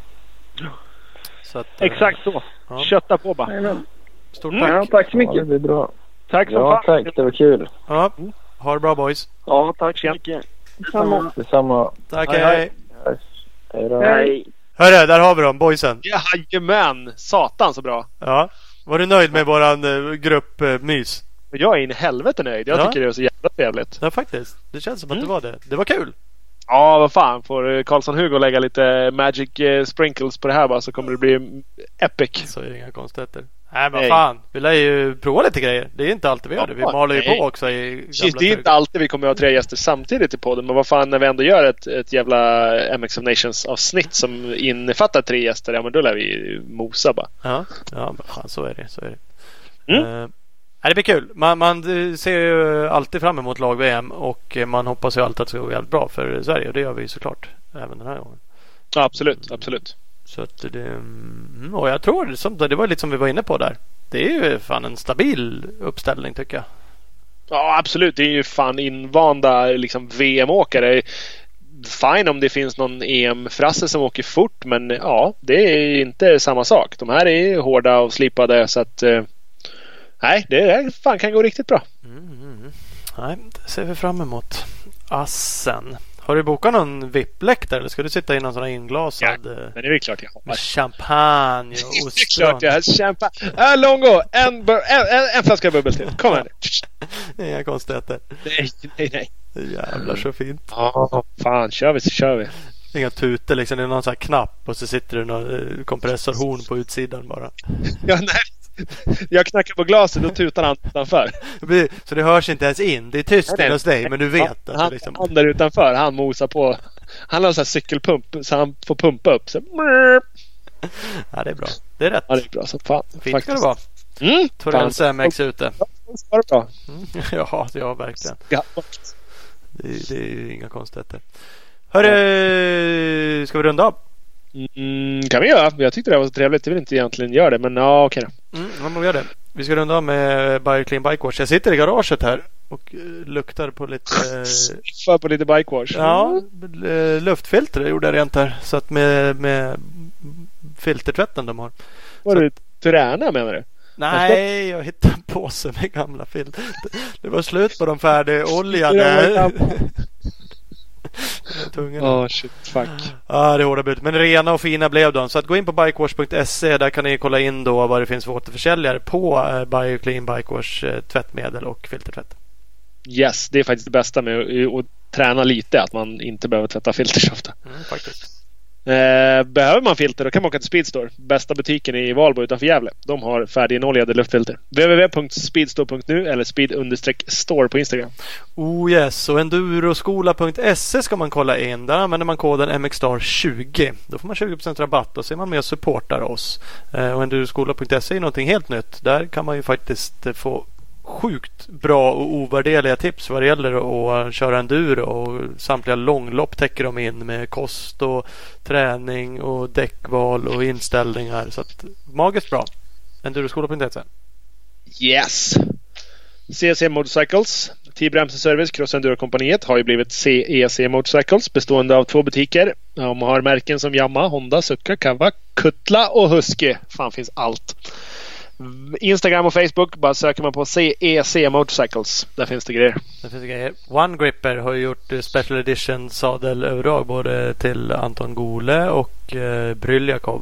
Så att, exakt så. Ja. Kötta på bara. Stort tack. Ja, tack så mycket. Ja, det blir bra. Tack så fan. Tack, det var kul. Ja, ha det bra, boys. Ja, tack så mycket. Detsamma. Tack, hej. Hej då. Hej. Hörru, där har vi dem, boysen. Jajamän, satan så bra. Ja, var du nöjd med våran gruppmys? Jag är in i helvete nöjd. Jag tycker det är så jävla trevligt. Ja, faktiskt. Det känns som att det var det. Det var kul. Ja, vad fan. Får Karlsson-Hugo lägga lite magic sprinkles på det här bara, så kommer det bli epic. Så är det inga konstigheter. Nej, men fan. Vi lär ju prova lite grejer. Det är inte alltid vi gör det. Vi maler ju på också i gamla. Det är inte alltid vi kommer att ha 3 gäster samtidigt i podden. Men vad fan, när vi ändå gör ett jävla MX of Nations avsnitt som innefattar 3 gäster, ja men då lär vi mosa bara. Ja, men fan, så är det. Det blir kul. Man ser ju alltid fram emot lag-VM och man hoppas ju alltid att det ska gå jävligt bra för Sverige, och det gör vi ju såklart även den här gången. Ja, absolut. Så att och jag tror det var lite som vi var inne på där. Det är ju fan en stabil uppställning, tycker jag. Ja, absolut. Det är ju fan invanda liksom VM-åkare. Fine om det finns någon EM-frasse som åker fort, men ja, det är inte samma sak. De här är hårda och slipade, så att nej, det fan kan gå riktigt bra. Nej, det ser vi fram emot. Assen. Har du bokat någon VIP-läktare, eller ska du sitta i någon sån här inglasad? Ja, men det är klart jag har. Med champagne och ostron. Det är klart jag har champagne. Longo, en flaska bubbel till. Kom här nu. Inga konstigheter. Nej. Jävlar så fint. Ja, fan, kör vi. Inga tutor liksom. Det är någon sån här knapp och så sitter det någon kompressorhorn på utsidan bara. Ja, nej. Jag knackar på glaset och tutar han utanför. Så det hörs inte ens in. Det är tyst hos dig, men du vet att liksom... Han där utanför, han mosar på. Han har en sån här cykelpump så han får pumpa upp. Så... Ja, det är bra. Det är rätt. Ja, det är bra så fan. Fint ska det vara. Torrens MX ute. Ja, bra. Ja, verkligen. Ja. Det är ju inga konstigheter. Hörru, ska vi runda av? Kan vi göra. Jag tyckte det var så trevligt. Jag vill inte egentligen göra det, men ja, okej då. Vi gör det. Vi ska runda av med BioClean Bike Wash. Jag sitter i garaget här och luktar på lite... Sniffar på lite Bike Wash. Ja, luftfilter gjorde jag rent här. Så att med filtertvätten de har. Var du träna menar du? Nej, jag hittade en påse med gamla filter. Det var slut på de färdigoljade. Shit, fuck. Ja, det är hårda bud. Men rena och fina blev de. Så att gå in på bikewash.se. Där kan ni kolla in då vad det finns för återförsäljare på BioClean Bike Wash tvättmedel och filtertvätt. Yes, det är faktiskt det bästa med att träna lite. Att man inte behöver tvätta filter så ofta. Faktiskt. Behöver man filter då kan man åka till Speedstore. Bästa butiken i Valbo utanför Gävle. De har färdiginolliga luftfilter. www.speedstore.nu eller speed_store på Instagram. Oh yes, och enduroskola.se ska man kolla in. Där använder man koden MXstar20. Då får man 20% rabatt och så är man med och supportar oss. Och enduroskola.se är någonting helt nytt. Där kan man ju faktiskt få sjukt bra och ovärderliga tips vad det gäller att köra enduro, och samtliga långlopp täcker de in med kost och träning och däckval och inställningar, så att magiskt bra. Enduroskola.se. Yes. CEC Motorcycles, T-Bremse-service, Cross Enduro-kompaniet har ju blivit CEC Motorcycles, bestående av 2 butiker. De har märken som Yamaha, Honda, Suzuka, Kawasaki, Kutla och Husky. Fan, finns allt. Instagram och Facebook, bara söker man på CEC Motorcycles. Där finns det grejer. One Gripper har gjort special edition sadelöverdrag både till Anton Gole och Bryljakov.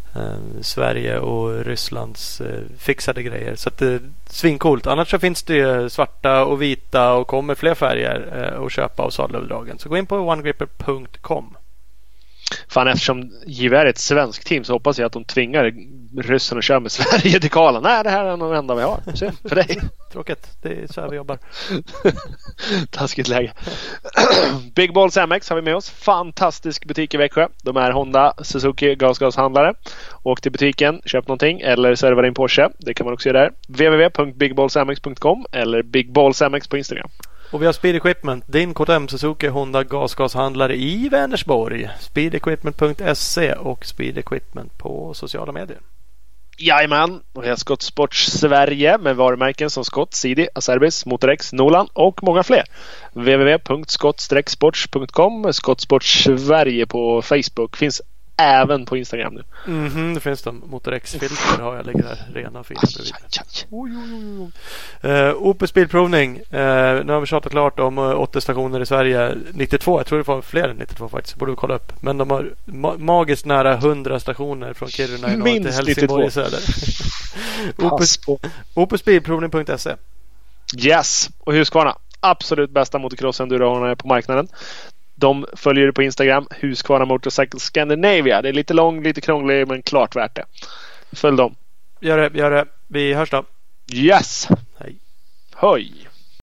Sverige och Rysslands fixade grejer. Så att det är svincoolt. Annars så finns det svarta och vita och kommer fler färger att köpa av sadelöverdragen. Så gå in på onegripper.com. Fan, eftersom JVR är ett svenskt team så hoppas jag att de tvingar ryssen att köra med Sverige-dekalan. Nej, det här är nog enda vi har. Se, för dig. Tråkigt, det är så här vi jobbar. Taskigt läge. Big Balls MX har vi med oss. Fantastisk butik i Växjö. De är Honda, Suzuki, gashandlare. Åk till butiken, köp någonting eller serva din Porsche. Det kan man också göra där. www.bigballsmx.com eller bigballsmx på Instagram. Och vi har Speed Equipment, din KTM Suzuki Honda gashandlare i Vänersborg. Speedequipment.se och Speed Equipment på sociala medier. Jajamän, och vi har Scott Sports Sverige med varumärken som Scott, CD, Acerbis, Motorex, Nolan och många fler. www.scott-sports.com, Scott Sports Sverige på Facebook. Finns även på Instagram nu. Det finns de. Motorex-filter har jag, ligger där rena och fina bredvid. Opus Bilprovning. Nu har vi tjatat klart om 80 stationer i Sverige. 92, jag tror det var fler än 92 faktiskt. Borde vi kolla upp. Men de har magiskt nära 100 stationer från Kiruna i norr till Helsingborg i söder. Opusbilprovning.se. Yes, och Husqvarna. Absolut bästa motocross-enduro på marknaden. De följer du på Instagram, Husqvarna Motorcycle Scandinavia. Det är lite lång, lite krånglig, men klart värt det. Följ dem. Gör det. Vi hörs då. Yes. Hej. Hej.